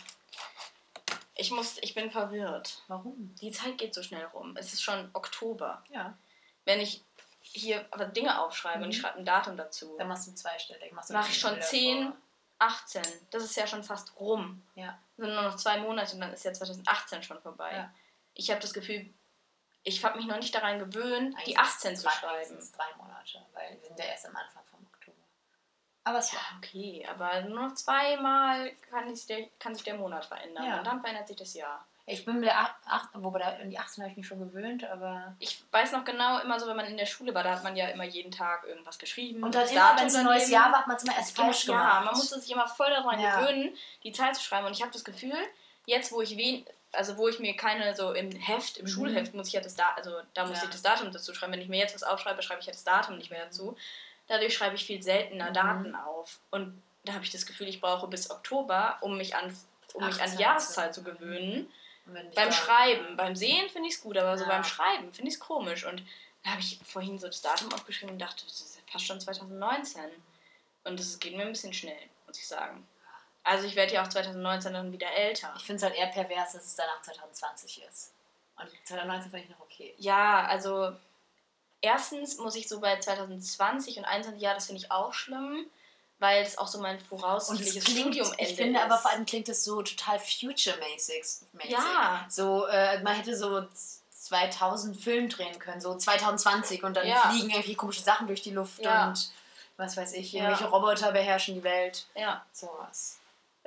ich muss, ich bin verwirrt. Warum? Die Zeit geht so schnell rum. Es ist schon Oktober. Ja. Wenn ich hier aber Dinge aufschreibe mhm. und ich schreibe ein Datum dazu. Dann machst du zweistellig. Machst du Mache ich schon zehn, achtzehn. Das ist ja schon fast rum. Ja. Das sind nur noch zwei Monate und dann ist ja zwanzig achtzehn schon vorbei. Ja. Ich habe das Gefühl, ich habe mich noch nicht daran gewöhnt, eigentlich die achtzehn zu schreiben. Das sind drei Monate, weil wir sind ja erst am Anfang vom Oktober. Aber es ja, war okay. Aber nur noch zweimal kann, der, kann sich der Monat verändern ja. und dann verändert sich das Jahr. Ich bin mit der acht, wobei an die achtzehn habe ich mich schon gewöhnt, aber... Ich weiß noch genau, immer so, wenn man in der Schule war, da hat man ja immer jeden Tag irgendwas geschrieben. Und dann immer, wenn es ein neues Jahr war, hat man es immer erst falsch gemacht. Ja, man musste sich immer voll daran ja. gewöhnen, die Zahl zu schreiben. Und ich habe das Gefühl, jetzt, wo ich wen, also wo ich mir keine so im Heft, im mhm. Schulheft, muss ich ja das Datum, also da muss ja. ich das Datum dazu schreiben. Wenn ich mir jetzt was aufschreibe, schreibe ich ja das Datum nicht mehr dazu. Dadurch schreibe ich viel seltener mhm. Daten auf. Und da habe ich das Gefühl, ich brauche bis Oktober, um mich an, um mich an die Jahreszahl zu gewöhnen. Beim Schreiben, beim Sehen finde ich es gut, aber so ja. beim Schreiben finde ich es komisch. Und da habe ich vorhin so das Datum aufgeschrieben und dachte, das ist ja fast schon zwanzig neunzehn. Und das geht mir ein bisschen schnell, muss ich sagen. Also ich werde ja auch zwanzig neunzehn dann wieder älter. Ich finde es halt eher pervers, dass es danach zwanzig zwanzig ist. Und zwanzig neunzehn finde ich noch okay. Ja, also erstens muss ich so bei zwanzig zwanzig und einundzwanzig, ja, das finde ich auch schlimm. Weil es auch so mein voraussichtliches Studium endet. Ich finde ist. aber vor allem klingt es so total future-mäßig. Ja. So, äh, man hätte so zweitausend Film drehen können, so zwanzig zwanzig und dann ja. fliegen irgendwie komische Sachen durch die Luft ja. und was weiß ich, irgendwelche ja. Roboter beherrschen die Welt. Ja. Sowas.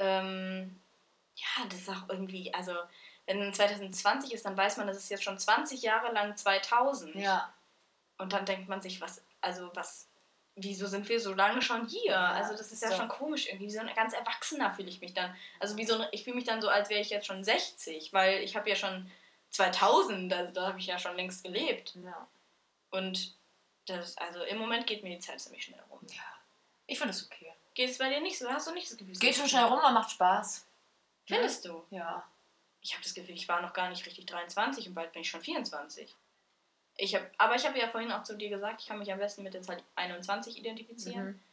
Ähm, ja, das ist auch irgendwie, also wenn zwanzig zwanzig ist, dann weiß man, das ist jetzt schon zwanzig Jahre lang zweitausend. Ja. Und dann denkt man sich, was, also was... Wieso sind wir so lange schon hier? Ja, also das ist ja so. schon komisch irgendwie. Wie so ein ganz Erwachsener fühle ich mich dann. Also wie so eine, ich fühle mich dann so, als wäre ich jetzt schon sechzig, weil ich habe ja schon zweitausend, also da habe ich ja schon längst gelebt. Ja. Und das, also im Moment geht mir die Zeit ziemlich schnell rum. Ja. Ich finde es okay. Geht es bei dir nicht so? Hast du nicht das Gefühl? Es geht schon schnell rum, aber macht Spaß. Findest du? Ja. Ich habe das Gefühl, ich war noch gar nicht richtig dreiundzwanzig und bald bin ich schon vierundzwanzig. Ich hab, aber ich habe ja vorhin auch zu dir gesagt, ich kann mich am besten mit der Zahl einundzwanzig identifizieren. Mhm.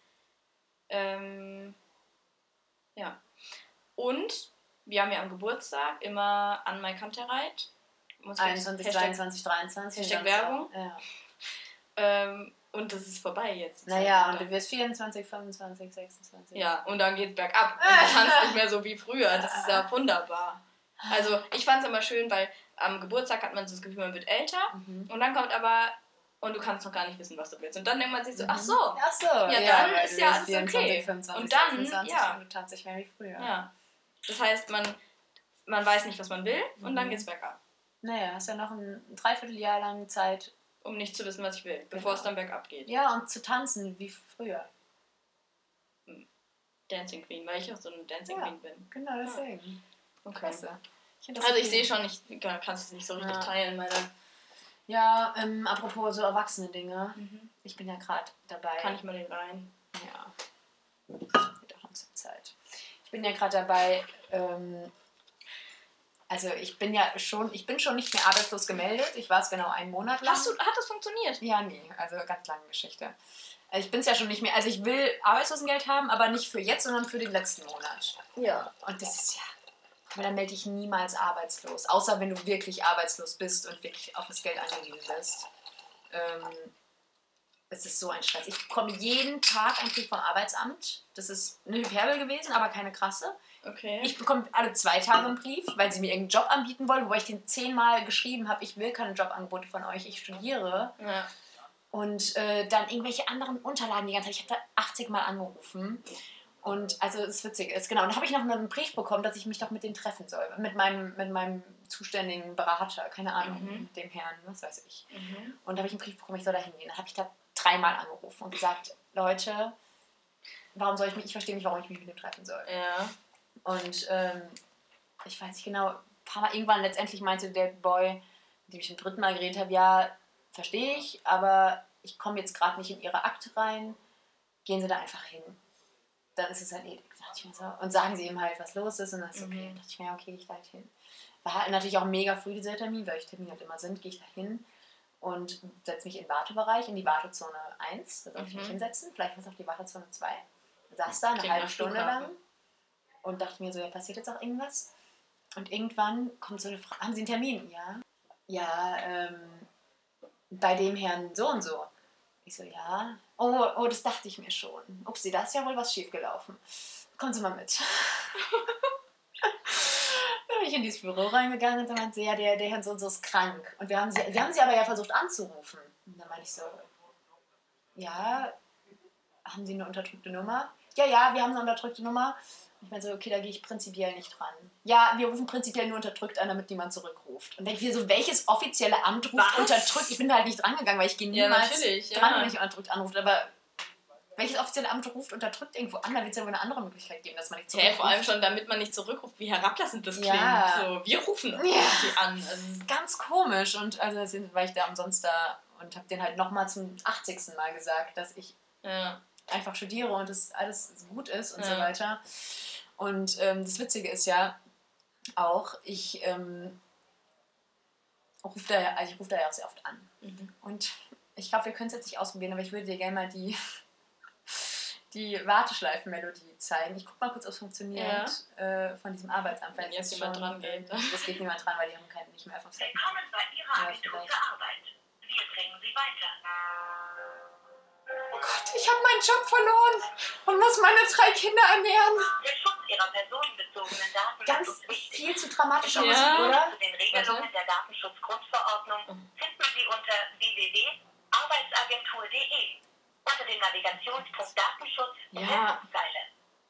Ähm, ja. Und wir haben ja am Geburtstag immer an Mai Kantereit. einundzwanzig, zweiundzwanzig, dreiundzwanzig. Hashtag Werbung. Ja. Ähm, und das ist vorbei jetzt. Naja, und du wirst vierundzwanzig, fünfundzwanzig, sechsundzwanzig. Ja, und dann geht's bergab. Und du tanzt nicht mehr so wie früher. Das ist ja wunderbar. Also ich fand es immer schön, weil am Geburtstag hat man so das Gefühl, man wird älter mhm. und dann kommt aber, und du kannst noch gar nicht wissen, was du willst. Und dann denkt man sich so, ach so, ach so ja, ja, dann ist ja alles okay. fünfundzwanzig, und dann, sechsundzwanzig, ja. Und du tanzt nicht mehr wie früher. Ja. Das heißt, man, man weiß nicht, was man will und mhm. dann geht's bergab. Naja, hast ja noch ein Dreivierteljahr lang Zeit, um nicht zu wissen, was ich will, bevor genau. es dann bergab geht. Ja, und zu tanzen wie früher. Dancing Queen, weil ich auch so eine Dancing ja, Queen bin. Genau, deswegen. Ja. Okay. Klasse. Ich also ich sehe schon, ich kannst es nicht so richtig ja. teilen, meine... Ja, ähm, apropos so erwachsene Dinge. Mhm. Ich bin ja gerade dabei. Kann ich mal den rein? Ja. Wird auch langsam Zeit. Ich bin ja gerade dabei, ähm, also ich bin ja schon, ich bin schon nicht mehr arbeitslos gemeldet. Ich war es genau einen Monat lang. Hast du, hat das funktioniert? Ja, nee, also ganz lange Geschichte. Also ich bin es ja schon nicht mehr, also ich will Arbeitslosengeld haben, aber nicht für jetzt, sondern für den letzten Monat. Ja. Und das ist ja... Aber dann melde dich niemals arbeitslos. Außer wenn du wirklich arbeitslos bist und wirklich auf das Geld angewiesen bist. Ähm, es ist so ein Stress. Ich bekomme jeden Tag einen Brief vom Arbeitsamt. Das ist eine Hyperbel gewesen, aber keine krasse. Okay. Ich bekomme alle zwei Tage einen Brief, weil sie mir irgendeinen Job anbieten wollen, wobei ich den zehnmal geschrieben habe, ich will keine Jobangebote von euch, ich studiere. Ja. Und äh, dann irgendwelche anderen Unterlagen die ganze Zeit. Ich habe da achtzig Mal angerufen. Und also das Witzige ist, genau, und dann habe ich noch einen Brief bekommen, dass ich mich doch mit denen treffen soll. Mit meinem, mit meinem zuständigen Berater, keine Ahnung, mhm. mit dem Herrn, was weiß ich. Mhm. Und da habe ich einen Brief bekommen, ich soll da hingehen. Dann habe ich da dreimal angerufen und gesagt, Leute, warum soll ich mich, ich verstehe nicht, warum ich mich mit dem treffen soll. Ja. Und ähm, ich weiß nicht genau, ein paar Mal, irgendwann letztendlich meinte der Boy, mit dem ich zum dritten Mal geredet habe, ja, verstehe ich, aber ich komme jetzt gerade nicht in ihre Akte rein, gehen Sie da einfach hin. Dann ist es erledigt. So. Und sagen sie ihm halt, was los ist. Und dann ist okay. Mhm. Dann dachte ich mir, okay, ich da halt hin. War halt natürlich auch mega früh dieser Termin, weil ich Termine halt immer sind, gehe ich da hin und setze mich in den Wartebereich, in die Wartezone eins. Da soll ich mhm. mich hinsetzen. Vielleicht muss auf die Wartezone zwei. Saß da eine Klingt halbe Stunde lang und dachte mir so, ja, passiert jetzt auch irgendwas? Und irgendwann kommt so eine Frage, haben Sie einen Termin? Ja. Ja, ähm, bei dem Herrn so und so. Ich so, ja. Oh, oh, das dachte ich mir schon. Upsi, da ist ja wohl was schiefgelaufen. Kommen Sie mal mit. Dann bin ich in dieses Büro reingegangen und dann meinte sie, ja, der, der Herr so und so ist krank. Und wir haben, sie, wir haben sie aber ja versucht anzurufen. Und dann meinte ich so, ja, haben Sie eine unterdrückte Nummer? Ja, ja, wir haben eine unterdrückte Nummer. Ich meine so, okay, da gehe ich prinzipiell nicht dran. Ja, wir rufen prinzipiell nur unterdrückt an, damit niemand zurückruft. Und denke ich mir so, welches offizielle Amt ruft Was? unterdrückt? Ich bin da halt nicht dran gegangen, weil ich gehe niemals ja, dran, ja. wenn ich unterdrückt anrufe. Aber welches offizielle Amt ruft unterdrückt irgendwo an? Da wird es ja wohl eine andere Möglichkeit geben, dass man nicht zurückruft. Ja, vor allem schon, damit man nicht zurückruft, wie herablassend das klingt. Ja. So, wir rufen Ja. die an. Also, Ganz komisch. Und also deswegen war ich da umsonst da und habe denen halt nochmal zum achtzigsten Mal gesagt, dass ich ja. einfach studiere und das alles gut ist und ja. so weiter. Und ähm, das Witzige ist ja auch, ich ähm, rufe da, ja, also ich ruf da ja auch sehr oft an. Mhm. Und ich glaube, wir können es jetzt nicht ausprobieren, aber ich würde dir gerne mal die, die Warteschleifenmelodie zeigen. Ich gucke mal kurz, ob es funktioniert, ja. äh, von diesem Arbeitsamt. Wenn jetzt jemand schon, dran geht. Es geht niemand dran, weil die haben keinen, nicht mehr einfach Zeit. Willkommen bei Ihrer Agentur für Arbeit. Wir bringen Sie weiter. Oh Gott, ich habe meinen Job verloren und muss meine drei Kinder ernähren. Der Schutz Ihrer personenbezogenen Daten Ganz ist wichtig. viel zu dramatischer Ja. Musik, oder? Zu den Regelungen Warte. der Datenschutzgrundverordnung finden Sie unter w w w punkt arbeitsagentur punkt d e unter dem Navigationspunkt Datenschutz in der Ja. Fußzeile.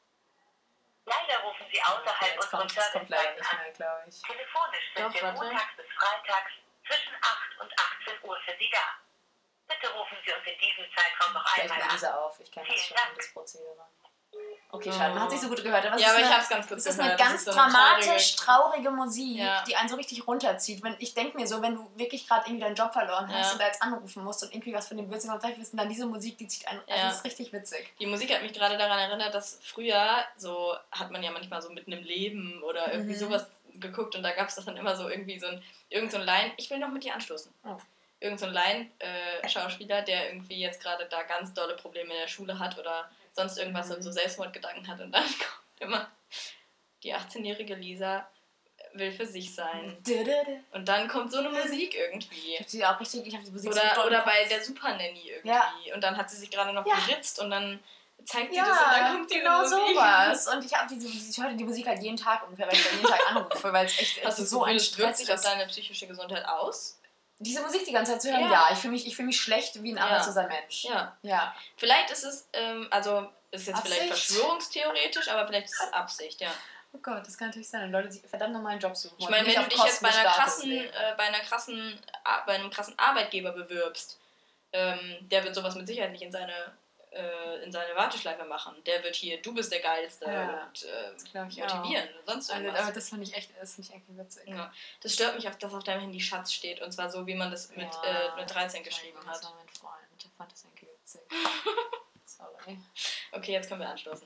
Leider rufen Sie außerhalb Jetzt unserer kommt, das kommt leider Servicezeiten nicht an. mehr, glaube ich. Telefonisch sind Doch, wir warte. montags bis freitags zwischen acht und achtzehn Uhr für Sie da. Bitte rufen Sie uns in diesem Zeitraum noch Vielleicht einmal mal an. diese auf, ich kenne das Vielen schon, Dank. das Prozedere. Okay, schade, man hat sich so gut gehört. Aber es Ja, ist aber eine, ich hab's ganz kurz Es ist gehört. eine Das ganz ist so eine dramatisch traurige- traurige Musik, Ja. die einen so richtig runterzieht. Wenn, ich denke mir so, wenn du wirklich gerade irgendwie deinen Job verloren hast Ja. und da jetzt anrufen musst und irgendwie was von dem willst und gleich wissen, dann diese Musik, die zieht einen, also Ja. das ist richtig witzig. Die Musik hat mich gerade daran erinnert, dass früher, so hat man ja manchmal so mitten im Leben oder irgendwie Mhm. sowas geguckt und da gab es das dann immer so irgendwie so ein, irgend so ein Laien, ich will noch mit dir anstoßen. Oh. Irgend so ein Laien-Schauspieler, der irgendwie jetzt gerade da ganz dolle Probleme in der Schule hat oder sonst irgendwas Mhm. und so Selbstmordgedanken hat und dann kommt immer die achtzehnjährige Lisa will für sich sein. Ich Und dann kommt so eine Musik irgendwie. habe die auch richtig, ich habe die Musik so Oder, doll im oder Kopf. bei der Super Nanny irgendwie. Ja. Und dann hat sie sich gerade noch Ja. geritzt und dann zeigt sie Ja, das und dann kommt diese genau Musik. sowas. Und ich, hab diese, ich höre die Musik halt jeden Tag ungefähr, weil ich da jeden Tag anrufe, weil es echt Hast du so ein das wirkt Stress sich auf ist. deine psychische Gesundheit aus? Diese Musik die ganze Zeit zu hören, Ja. ja. Ich fühle mich, fühl mich schlecht wie ein Ja. arbeitsloser Mensch. Ja. Ja. Vielleicht ist es, ähm, also ist jetzt Absicht? vielleicht verschwörungstheoretisch, aber vielleicht ist es Absicht, ja. Oh Gott, das kann natürlich sein. Leute, die verdammt nochmal einen Job suchen. Ich und meine, nicht wenn auf du dich jetzt Kosten bei des einer Staates krassen, leben. äh, bei einer krassen, A- bei einem krassen Arbeitgeber bewirbst, ähm, der wird sowas mit Sicherheit nicht in seine, äh, in seine Warteschleife machen. Der wird hier, du bist der Geilste Ja. und äh, glaub ich motivieren und sonst Also, irgendwas. aber das fand ich echt, das finde ich irgendwie witzig. Ja. Das stört mich, auf, dass auf deinem Handy Schatz steht und zwar so, wie man das mit, Ja, äh, mit dreizehn geschrieben Das hat. war mein Freund, der fand das irgendwie witzig. Sorry. Okay, jetzt können wir anstoßen.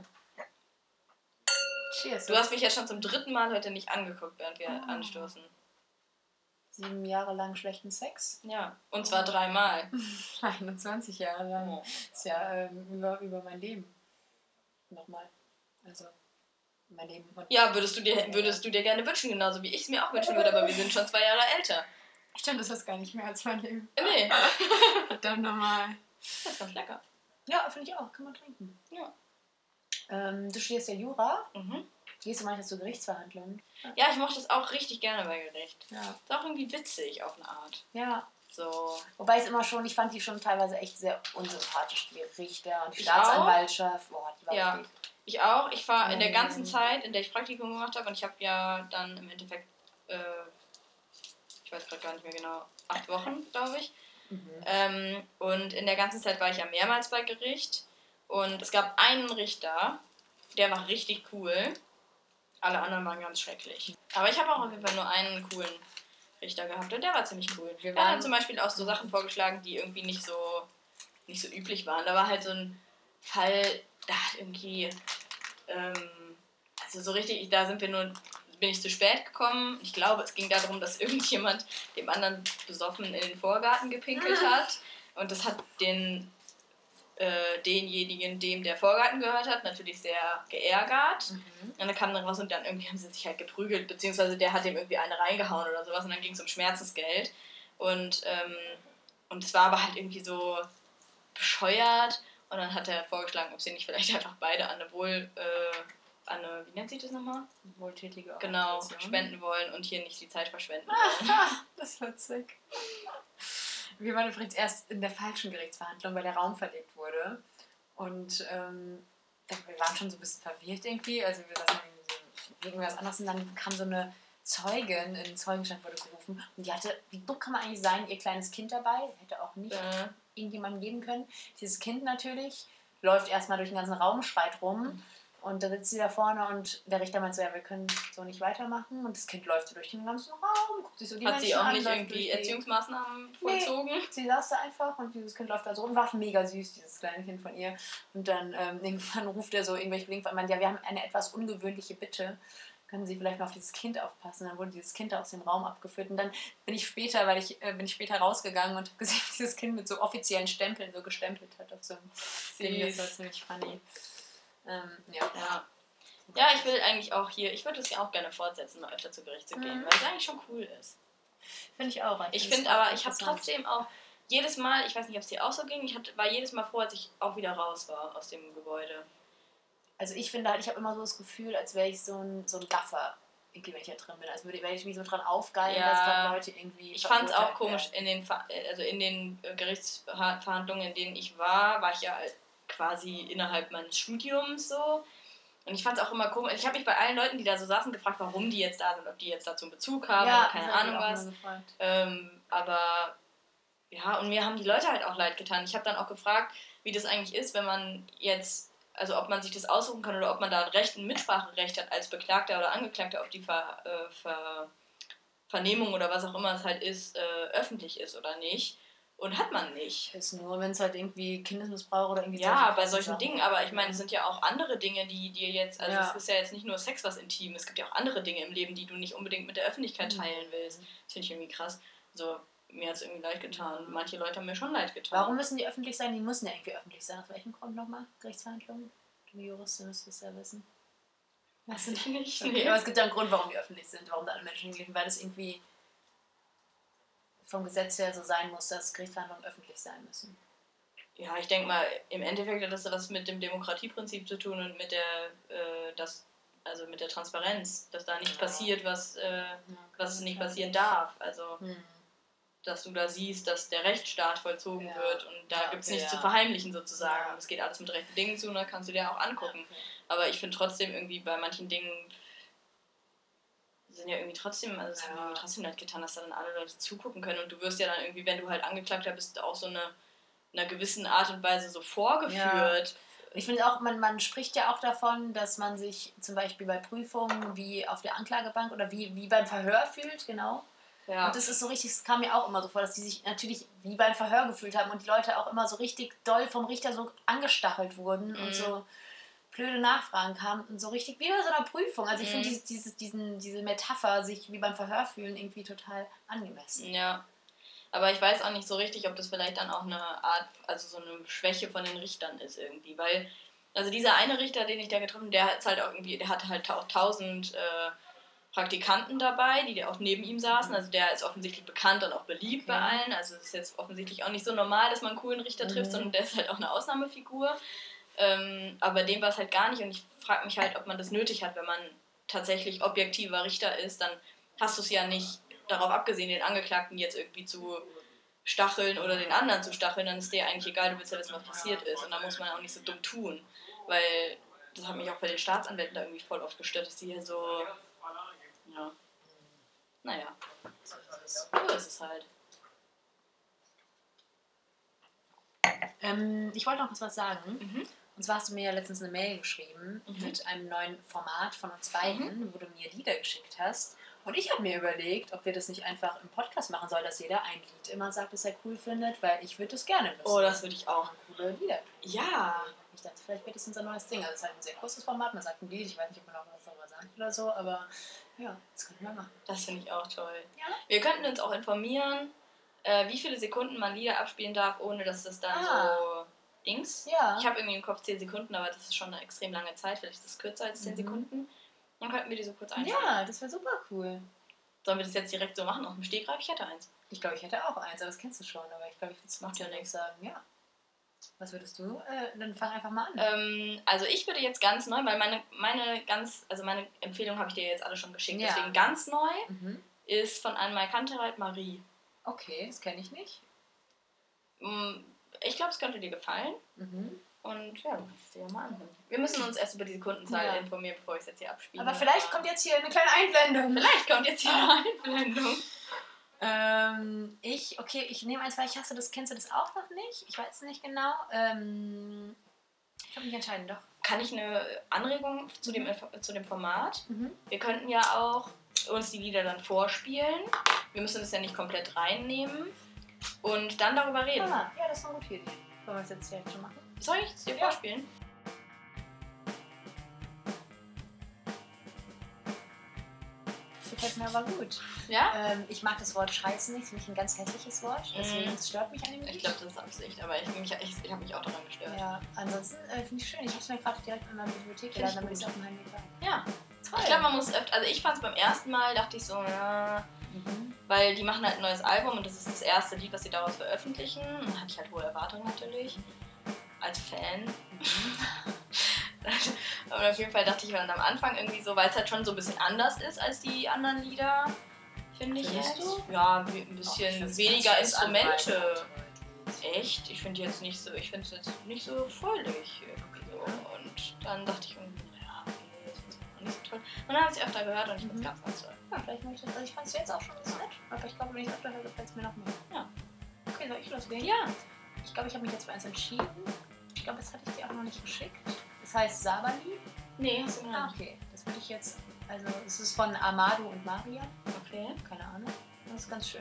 Cheers. Du hast mich jetzt schon zum dritten Mal heute nicht angeguckt, während wir Ah. anstoßen. Sieben Jahre lang schlechten Sex. Ja, und zwar dreimal. einundzwanzig Jahre lang. Oh. Ist ja ähm, über, über mein Leben. Nochmal. Also, mein Leben. Und Ja, würdest du dir würdest du dir gerne wünschen, genauso wie ich es mir auch wünschen würde, aber wir sind schon zwei Jahre älter. Stimmt, das ist gar nicht mehr als mein Leben. Nee, Verdammt nochmal. das ist ganz lecker. Ja, finde ich auch. Kann man trinken. Ja. Ähm, du studierst ja Jura. Mhm. Gehst du manchmal zu Gerichtsverhandlungen? Ja, ich mochte das auch richtig gerne bei Gericht. Ja. Ist auch irgendwie witzig auf eine Art. Ja. So. Wobei es immer schon, ich fand die schon teilweise echt sehr unsympathisch, die Richter und die Ich Staatsanwaltschaft. Boah, die war Ja. richtig. Ich auch. Ich war in der ganzen Ähm. Zeit, in der ich Praktikum gemacht habe, und ich habe ja dann im Endeffekt, äh, ich weiß gerade gar nicht mehr genau, acht Wochen, glaube ich. Mhm. Ähm, und in der ganzen Zeit war ich ja mehrmals bei Gericht. Und es gab einen Richter, der war richtig cool. Alle anderen waren ganz schrecklich. Aber ich habe auch auf jeden Fall nur einen coolen Richter gehabt und der war ziemlich cool. Wir Der hat waren- zum Beispiel auch so Sachen vorgeschlagen, die irgendwie nicht so, nicht so üblich waren. Da war halt so ein Fall, da hat irgendwie, ähm, also so richtig, da sind wir nur, bin ich zu spät gekommen. Ich glaube, es ging darum, dass irgendjemand dem anderen besoffen in den Vorgarten gepinkelt hat. Und das hat den, äh, denjenigen, dem der Vorgarten gehört hat, natürlich sehr geärgert. Mhm. Und dann kam dann raus und dann irgendwie haben sie sich halt geprügelt, beziehungsweise der hat ihm irgendwie eine reingehauen oder sowas und dann ging es um Schmerzensgeld. Und, ähm, und es war aber halt irgendwie so, bescheuert. Und dann hat er vorgeschlagen, ob sie nicht vielleicht einfach beide an eine Wohl... Äh, an eine, wie nennt sich das nochmal? Wohltätige Genau, spenden wollen und hier nicht die Zeit verschwenden wollen. Das ist witzig. Wir waren übrigens erst in der falschen Gerichtsverhandlung, weil der Raum verlegt wurde. Und ähm, wir waren schon so ein bisschen verwirrt irgendwie. Also wir saßen irgendwie irgendwas anderes und dann kam so eine Zeugin, in den Zeugenstand wurde gerufen. Und die hatte, wie dumm kann man eigentlich sein, ihr kleines Kind dabei. Hätte auch nicht äh. irgendjemandem geben können. Dieses Kind natürlich läuft erstmal durch den ganzen Raum, schreit rum. Mhm. Und da sitzt sie da vorne und der Richter meint so, ja, wir können so nicht weitermachen. Und das Kind läuft so durch den ganzen Raum, guckt sich so die Hat Menschen sie auch an, nicht irgendwie Erziehungsmaßnahmen vollzogen? Nee, sie saß da einfach und dieses Kind läuft da so rum. War mega süß, dieses kleine Kind von ihr. Und dann ähm, irgendwann ruft er so irgendwelche Kollegen von meint, ja, wir haben eine etwas ungewöhnliche Bitte. Können Sie vielleicht mal auf dieses Kind aufpassen? Dann wurde dieses Kind aus dem Raum abgeführt. Und dann bin ich später, weil ich äh, bin ich später rausgegangen und habe gesehen, wie dieses Kind mit so offiziellen Stempeln so gestempelt hat auf so einem Ding. Das war ziemlich funny. Ähm, ja. ja. Ja, ich will eigentlich auch hier, ich würde es ja auch gerne fortsetzen, mal öfter zu Gericht zu gehen, mhm. weil es eigentlich schon cool ist. Finde ich auch. Ich finde aber, ich habe trotzdem auch jedes Mal, ich weiß nicht, ob es dir auch so ging, ich hatte, war jedes Mal froh, als ich auch wieder raus war aus dem Gebäude. Also ich finde halt, ich habe immer so das Gefühl, als wäre ich so ein, so ein Gaffer, irgendwie, wenn ich da drin bin. Als würde ich mich so dran aufgeilen, ja, dass gerade Leute irgendwie... Ich fand es auch komisch, in den, also in den Gerichtsverhandlungen, in denen ich war, war ich ja quasi innerhalb meines Studiums so. Und ich fand es auch immer komisch. Ich habe mich bei allen Leuten, die da so saßen, gefragt, warum die jetzt da sind, ob die jetzt dazu einen Bezug haben ja, oder keine Ahnung was. Ähm, aber ja, und mir haben die Leute halt auch leid getan. Ich habe dann auch gefragt, wie das eigentlich ist, wenn man jetzt, also ob man sich das aussuchen kann oder ob man da ein Recht, ein Mitspracherecht hat als Beklagter oder Angeklagter, ob die Ver, äh, Ver, Vernehmung oder was auch immer es halt ist, äh, öffentlich ist oder nicht. Und hat man nicht. Ist nur, wenn es halt irgendwie Kindesmissbrauch oder irgendwie... Ja, bei solchen Sachen. Dingen, aber ich meine, es sind ja auch andere Dinge, die dir jetzt... Also ja. es ist ja jetzt nicht nur Sex, was intim ist. Es gibt ja auch andere Dinge im Leben, die du nicht unbedingt mit der Öffentlichkeit teilen willst. Das finde ich irgendwie krass. Also, mir hat es irgendwie leid getan. Manche Leute haben mir schon leid getan. Warum müssen die öffentlich sein? Die müssen ja irgendwie öffentlich sein. Aus welchem Grund nochmal? Gerichtsverhandlungen? Du Juristin müsstest es ja wissen. Weiß ich nicht. Okay, nee. Aber es gibt ja einen Grund, warum die öffentlich sind. Warum da alle Menschen hingehen. Weil das irgendwie... vom Gesetz her so sein muss, dass Gerichtsverhandlungen öffentlich sein müssen. Ja, ich denke mal, im Endeffekt hat das was mit dem Demokratieprinzip zu tun und mit der, äh, das, also mit der Transparenz, dass da nichts ja. passiert, was, äh, ja, was nicht passieren darf. Also, hm. dass du da siehst, dass der Rechtsstaat vollzogen ja. wird und da ja, gibt es okay, nichts ja. zu verheimlichen sozusagen. Es ja. geht alles mit rechten Dingen zu und da kannst du dir auch angucken. Okay. Aber ich finde trotzdem irgendwie bei manchen Dingen sind ja irgendwie trotzdem, also es ja. hat mir irgendwie trotzdem leid getan, dass da dann alle Leute zugucken können und du wirst ja dann irgendwie, wenn du halt Angeklagter bist, auch so eine, in einer gewissen Art und Weise so vorgeführt. Ja. Ich finde auch, man, man spricht ja auch davon, dass man sich zum Beispiel bei Prüfungen wie auf der Anklagebank oder wie, wie beim Verhör fühlt, genau. Ja. Und das ist so richtig, es kam mir auch immer so vor, dass die sich natürlich wie beim Verhör gefühlt haben und die Leute auch immer so richtig doll vom Richter so angestachelt wurden mhm. und so blöde Nachfragen kamen und so richtig wie bei so einer Prüfung. Also ich mhm. finde diese, diese, diesen, diese Metapher, sich wie beim Verhör fühlen, irgendwie total angemessen. Ja, aber ich weiß auch nicht so richtig, ob das vielleicht dann auch eine Art, also so eine Schwäche von den Richtern ist irgendwie, weil, also dieser eine Richter, den ich da getroffen habe, der hat halt auch irgendwie, der hatte halt auch tausend äh, Praktikanten dabei, die auch neben ihm saßen, also der ist offensichtlich bekannt und auch beliebt okay. bei allen, also es ist jetzt offensichtlich auch nicht so normal, dass man einen coolen Richter trifft, mhm. sondern der ist halt auch eine Ausnahmefigur. Ähm, aber dem war es halt gar nicht und ich frage mich halt, ob man das nötig hat, wenn man tatsächlich objektiver Richter ist, dann hast du es ja nicht darauf abgesehen, den Angeklagten jetzt irgendwie zu stacheln oder den anderen zu stacheln, dann ist dir eigentlich egal, du willst ja wissen, was passiert ist und da muss man auch nicht so dumm tun, weil das hat mich auch bei den Staatsanwälten da irgendwie voll oft gestört, dass die hier so, ja, naja, so ist es halt. Ähm, ich wollte noch was sagen. Mhm. Und zwar hast du mir ja letztens eine Mail geschrieben mhm. mit einem neuen Format von uns beiden, mhm. wo du mir Lieder geschickt hast. Und ich habe mir überlegt, ob wir das nicht einfach im Podcast machen sollen, dass jeder ein Lied immer sagt, das er cool findet, weil ich würde das gerne wissen. Oh, das würde ich auch. Coole Lieder. Ja. Ich dachte, vielleicht wird das unser neues Ding. Also es ist halt ein sehr kurzes Format, man sagt ein Lied, ich weiß nicht, ob man auch was darüber sagt oder so, aber ja, das könnten wir machen. Das finde ich auch toll. Ja? Wir könnten uns auch informieren, äh, wie viele Sekunden man Lieder abspielen darf, ohne dass das dann ah. so Dings. Ja. Ich habe irgendwie im Kopf zehn Sekunden, aber das ist schon eine extrem lange Zeit, vielleicht ist das kürzer als zehn mhm. Sekunden. Dann könnten wir die so kurz einstellen. Ja, das wäre super cool. Sollen wir das jetzt direkt so machen, aus dem Stegreif? Ich hätte eins. Ich glaube, ich hätte auch eins, aber das kennst du schon, aber ich glaube, ich würde es macht ja nichts sagen, ja. Was würdest du? Äh, dann fang einfach mal an. Ähm, also ich würde jetzt ganz neu, weil meine, meine ganz, also meine Empfehlung habe ich dir jetzt alle schon geschickt. Ja. Deswegen ganz neu Mhm. ist von Annemai Kantereit Marie. Okay, das kenne ich nicht. Ich glaube, es könnte dir gefallen. Mhm. Und ja, du kannst es dir ja mal anhören. Wir müssen uns erst über diese Kundenzahl ja. informieren, bevor ich es jetzt hier abspiele. Aber vielleicht kommt jetzt hier eine kleine Einblendung. Vielleicht kommt jetzt hier eine Einblendung. Ähm, ich, okay, ich nehme eins, weil ich hasse das, kennst du das auch noch nicht? Ich weiß es nicht genau. Ähm, ich kann mich entscheiden, doch. Kann ich eine Anregung zu dem, zu dem Format? Mhm. Wir könnten ja auch uns die Lieder dann vorspielen. Wir müssen das ja nicht komplett reinnehmen. Und dann darüber reden. Ah, ja, das ist eine gute Idee. Wollen wir es jetzt direkt schon machen? Soll ich es dir ja. vorspielen? Das gefällt mir aber gut. Ja? Ähm, ich mag das Wort Scheiße nicht, das ist nämlich ein ganz hässliches Wort. Deswegen Mm. stört mich an dem Ich nicht. glaube, das ist Absicht, aber ich, ich, ich, ich habe mich auch daran gestört. Ja, ansonsten äh, finde ich schön. Ich habe es mir gerade direkt in meiner Bibliothek geladen, damit ich es auf dem Handy kann. Ja. Toll. Ich glaube, man muss öfter, also ich fand es beim ersten Mal, dachte ich so, ja, Mhm. weil die machen halt ein neues Album und das ist das erste Lied, was sie daraus veröffentlichen. Da hatte ich halt hohe Erwartungen natürlich, als Fan. Mhm. Aber auf jeden Fall dachte ich dann am Anfang irgendwie so, weil es halt schon so ein bisschen anders ist als die anderen Lieder, finde ich Findest jetzt. du? Ja, ein bisschen Oh, weniger Instrumente. Echt? Ich finde jetzt nicht so, ich finde es jetzt nicht so fröhlich irgendwie so. Und dann dachte ich irgendwie, naja, okay, das ist noch nicht so toll. Und dann habe ich es öfter gehört und ich finde es Mhm. ganz, ganz toll. Ja, vielleicht möchte ich das. Also ich fand es jetzt auch schon ganz nett. Aber ich glaube, wenn ich es öfter höre, gefällt es mir noch mehr. Ja. Okay, soll ich loslegen? Ja. Ich glaube, ich habe mich jetzt für eins entschieden. Ich glaube, das hatte ich dir auch noch nicht geschickt. Das heißt Sabali. Nee, hast du Ah, noch nicht. okay. Das würde ich jetzt. Also, es ist von Amado und Maria. Okay. Keine Ahnung. Das ist ganz schön.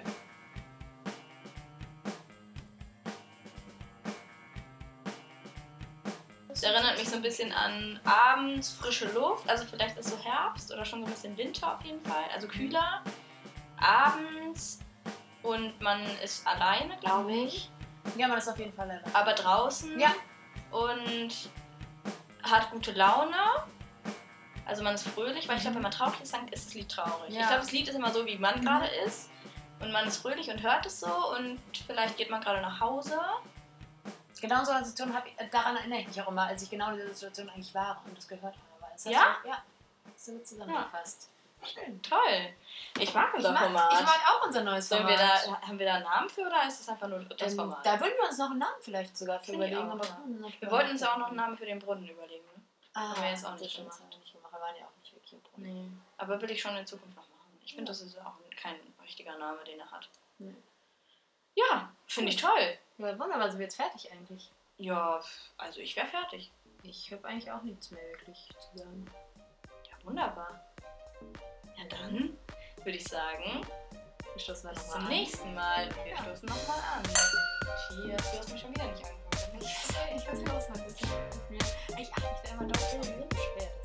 Das erinnert mich so ein bisschen an abends frische Luft. Also vielleicht ist so Herbst oder schon so ein bisschen Winter auf jeden Fall. Also kühler. Abends. Und man ist alleine, glaube ich. Ja, man ist auf jeden Fall leider. Aber draußen. Ja. Und hat gute Laune. Also man ist fröhlich, weil ich glaube, wenn man traurig ist, dann ist das Lied traurig. Ja. Ich glaube, das Lied ist immer so, wie man Mhm. gerade ist. Und man ist fröhlich und hört es so. Und vielleicht geht man gerade nach Hause. Genau so eine Situation habe ich, daran erinnere ich mich auch immer, als ich genau in dieser Situation eigentlich war und das gehört habe. Weil das hast Ja? du, ja. So gut zusammengefasst. Schön. Toll. Ich mag Ich unser mag, Format. ich mag auch unser neues Sollen Format. wir da, haben wir da einen Namen für oder ist das einfach nur das ähm, Format? Da würden wir uns noch einen Namen vielleicht sogar für Finde ich überlegen. auch, Aber, ja. hm, Wir wollten uns ja auch noch einen Namen für den Brunnen überlegen. Ne? Ah, haben wir jetzt auch nicht das stimmt, gemacht. das haben wir nicht gemacht. Wir waren ja auch nicht wirklich im Brunnen. Nee. Aber will ich schon in Zukunft noch machen. Ich finde, Ja. das ist auch kein richtiger Name, den er hat. Nee. Ja, finde ich toll. Ja, wunderbar, sind wir jetzt fertig eigentlich? Ja, also ich wäre fertig. Ich habe eigentlich auch nichts mehr wirklich zu sagen. Ja, wunderbar. Ja, dann würde ich sagen, Wir stoßen bis dann zum nochmal an. nächsten Mal. Wir Ja. stoßen nochmal an. Cheers, du hast mich schon wieder nicht angeguckt. Ich weiß nicht, was los ist. Ich achte mich da immer doch so schwer.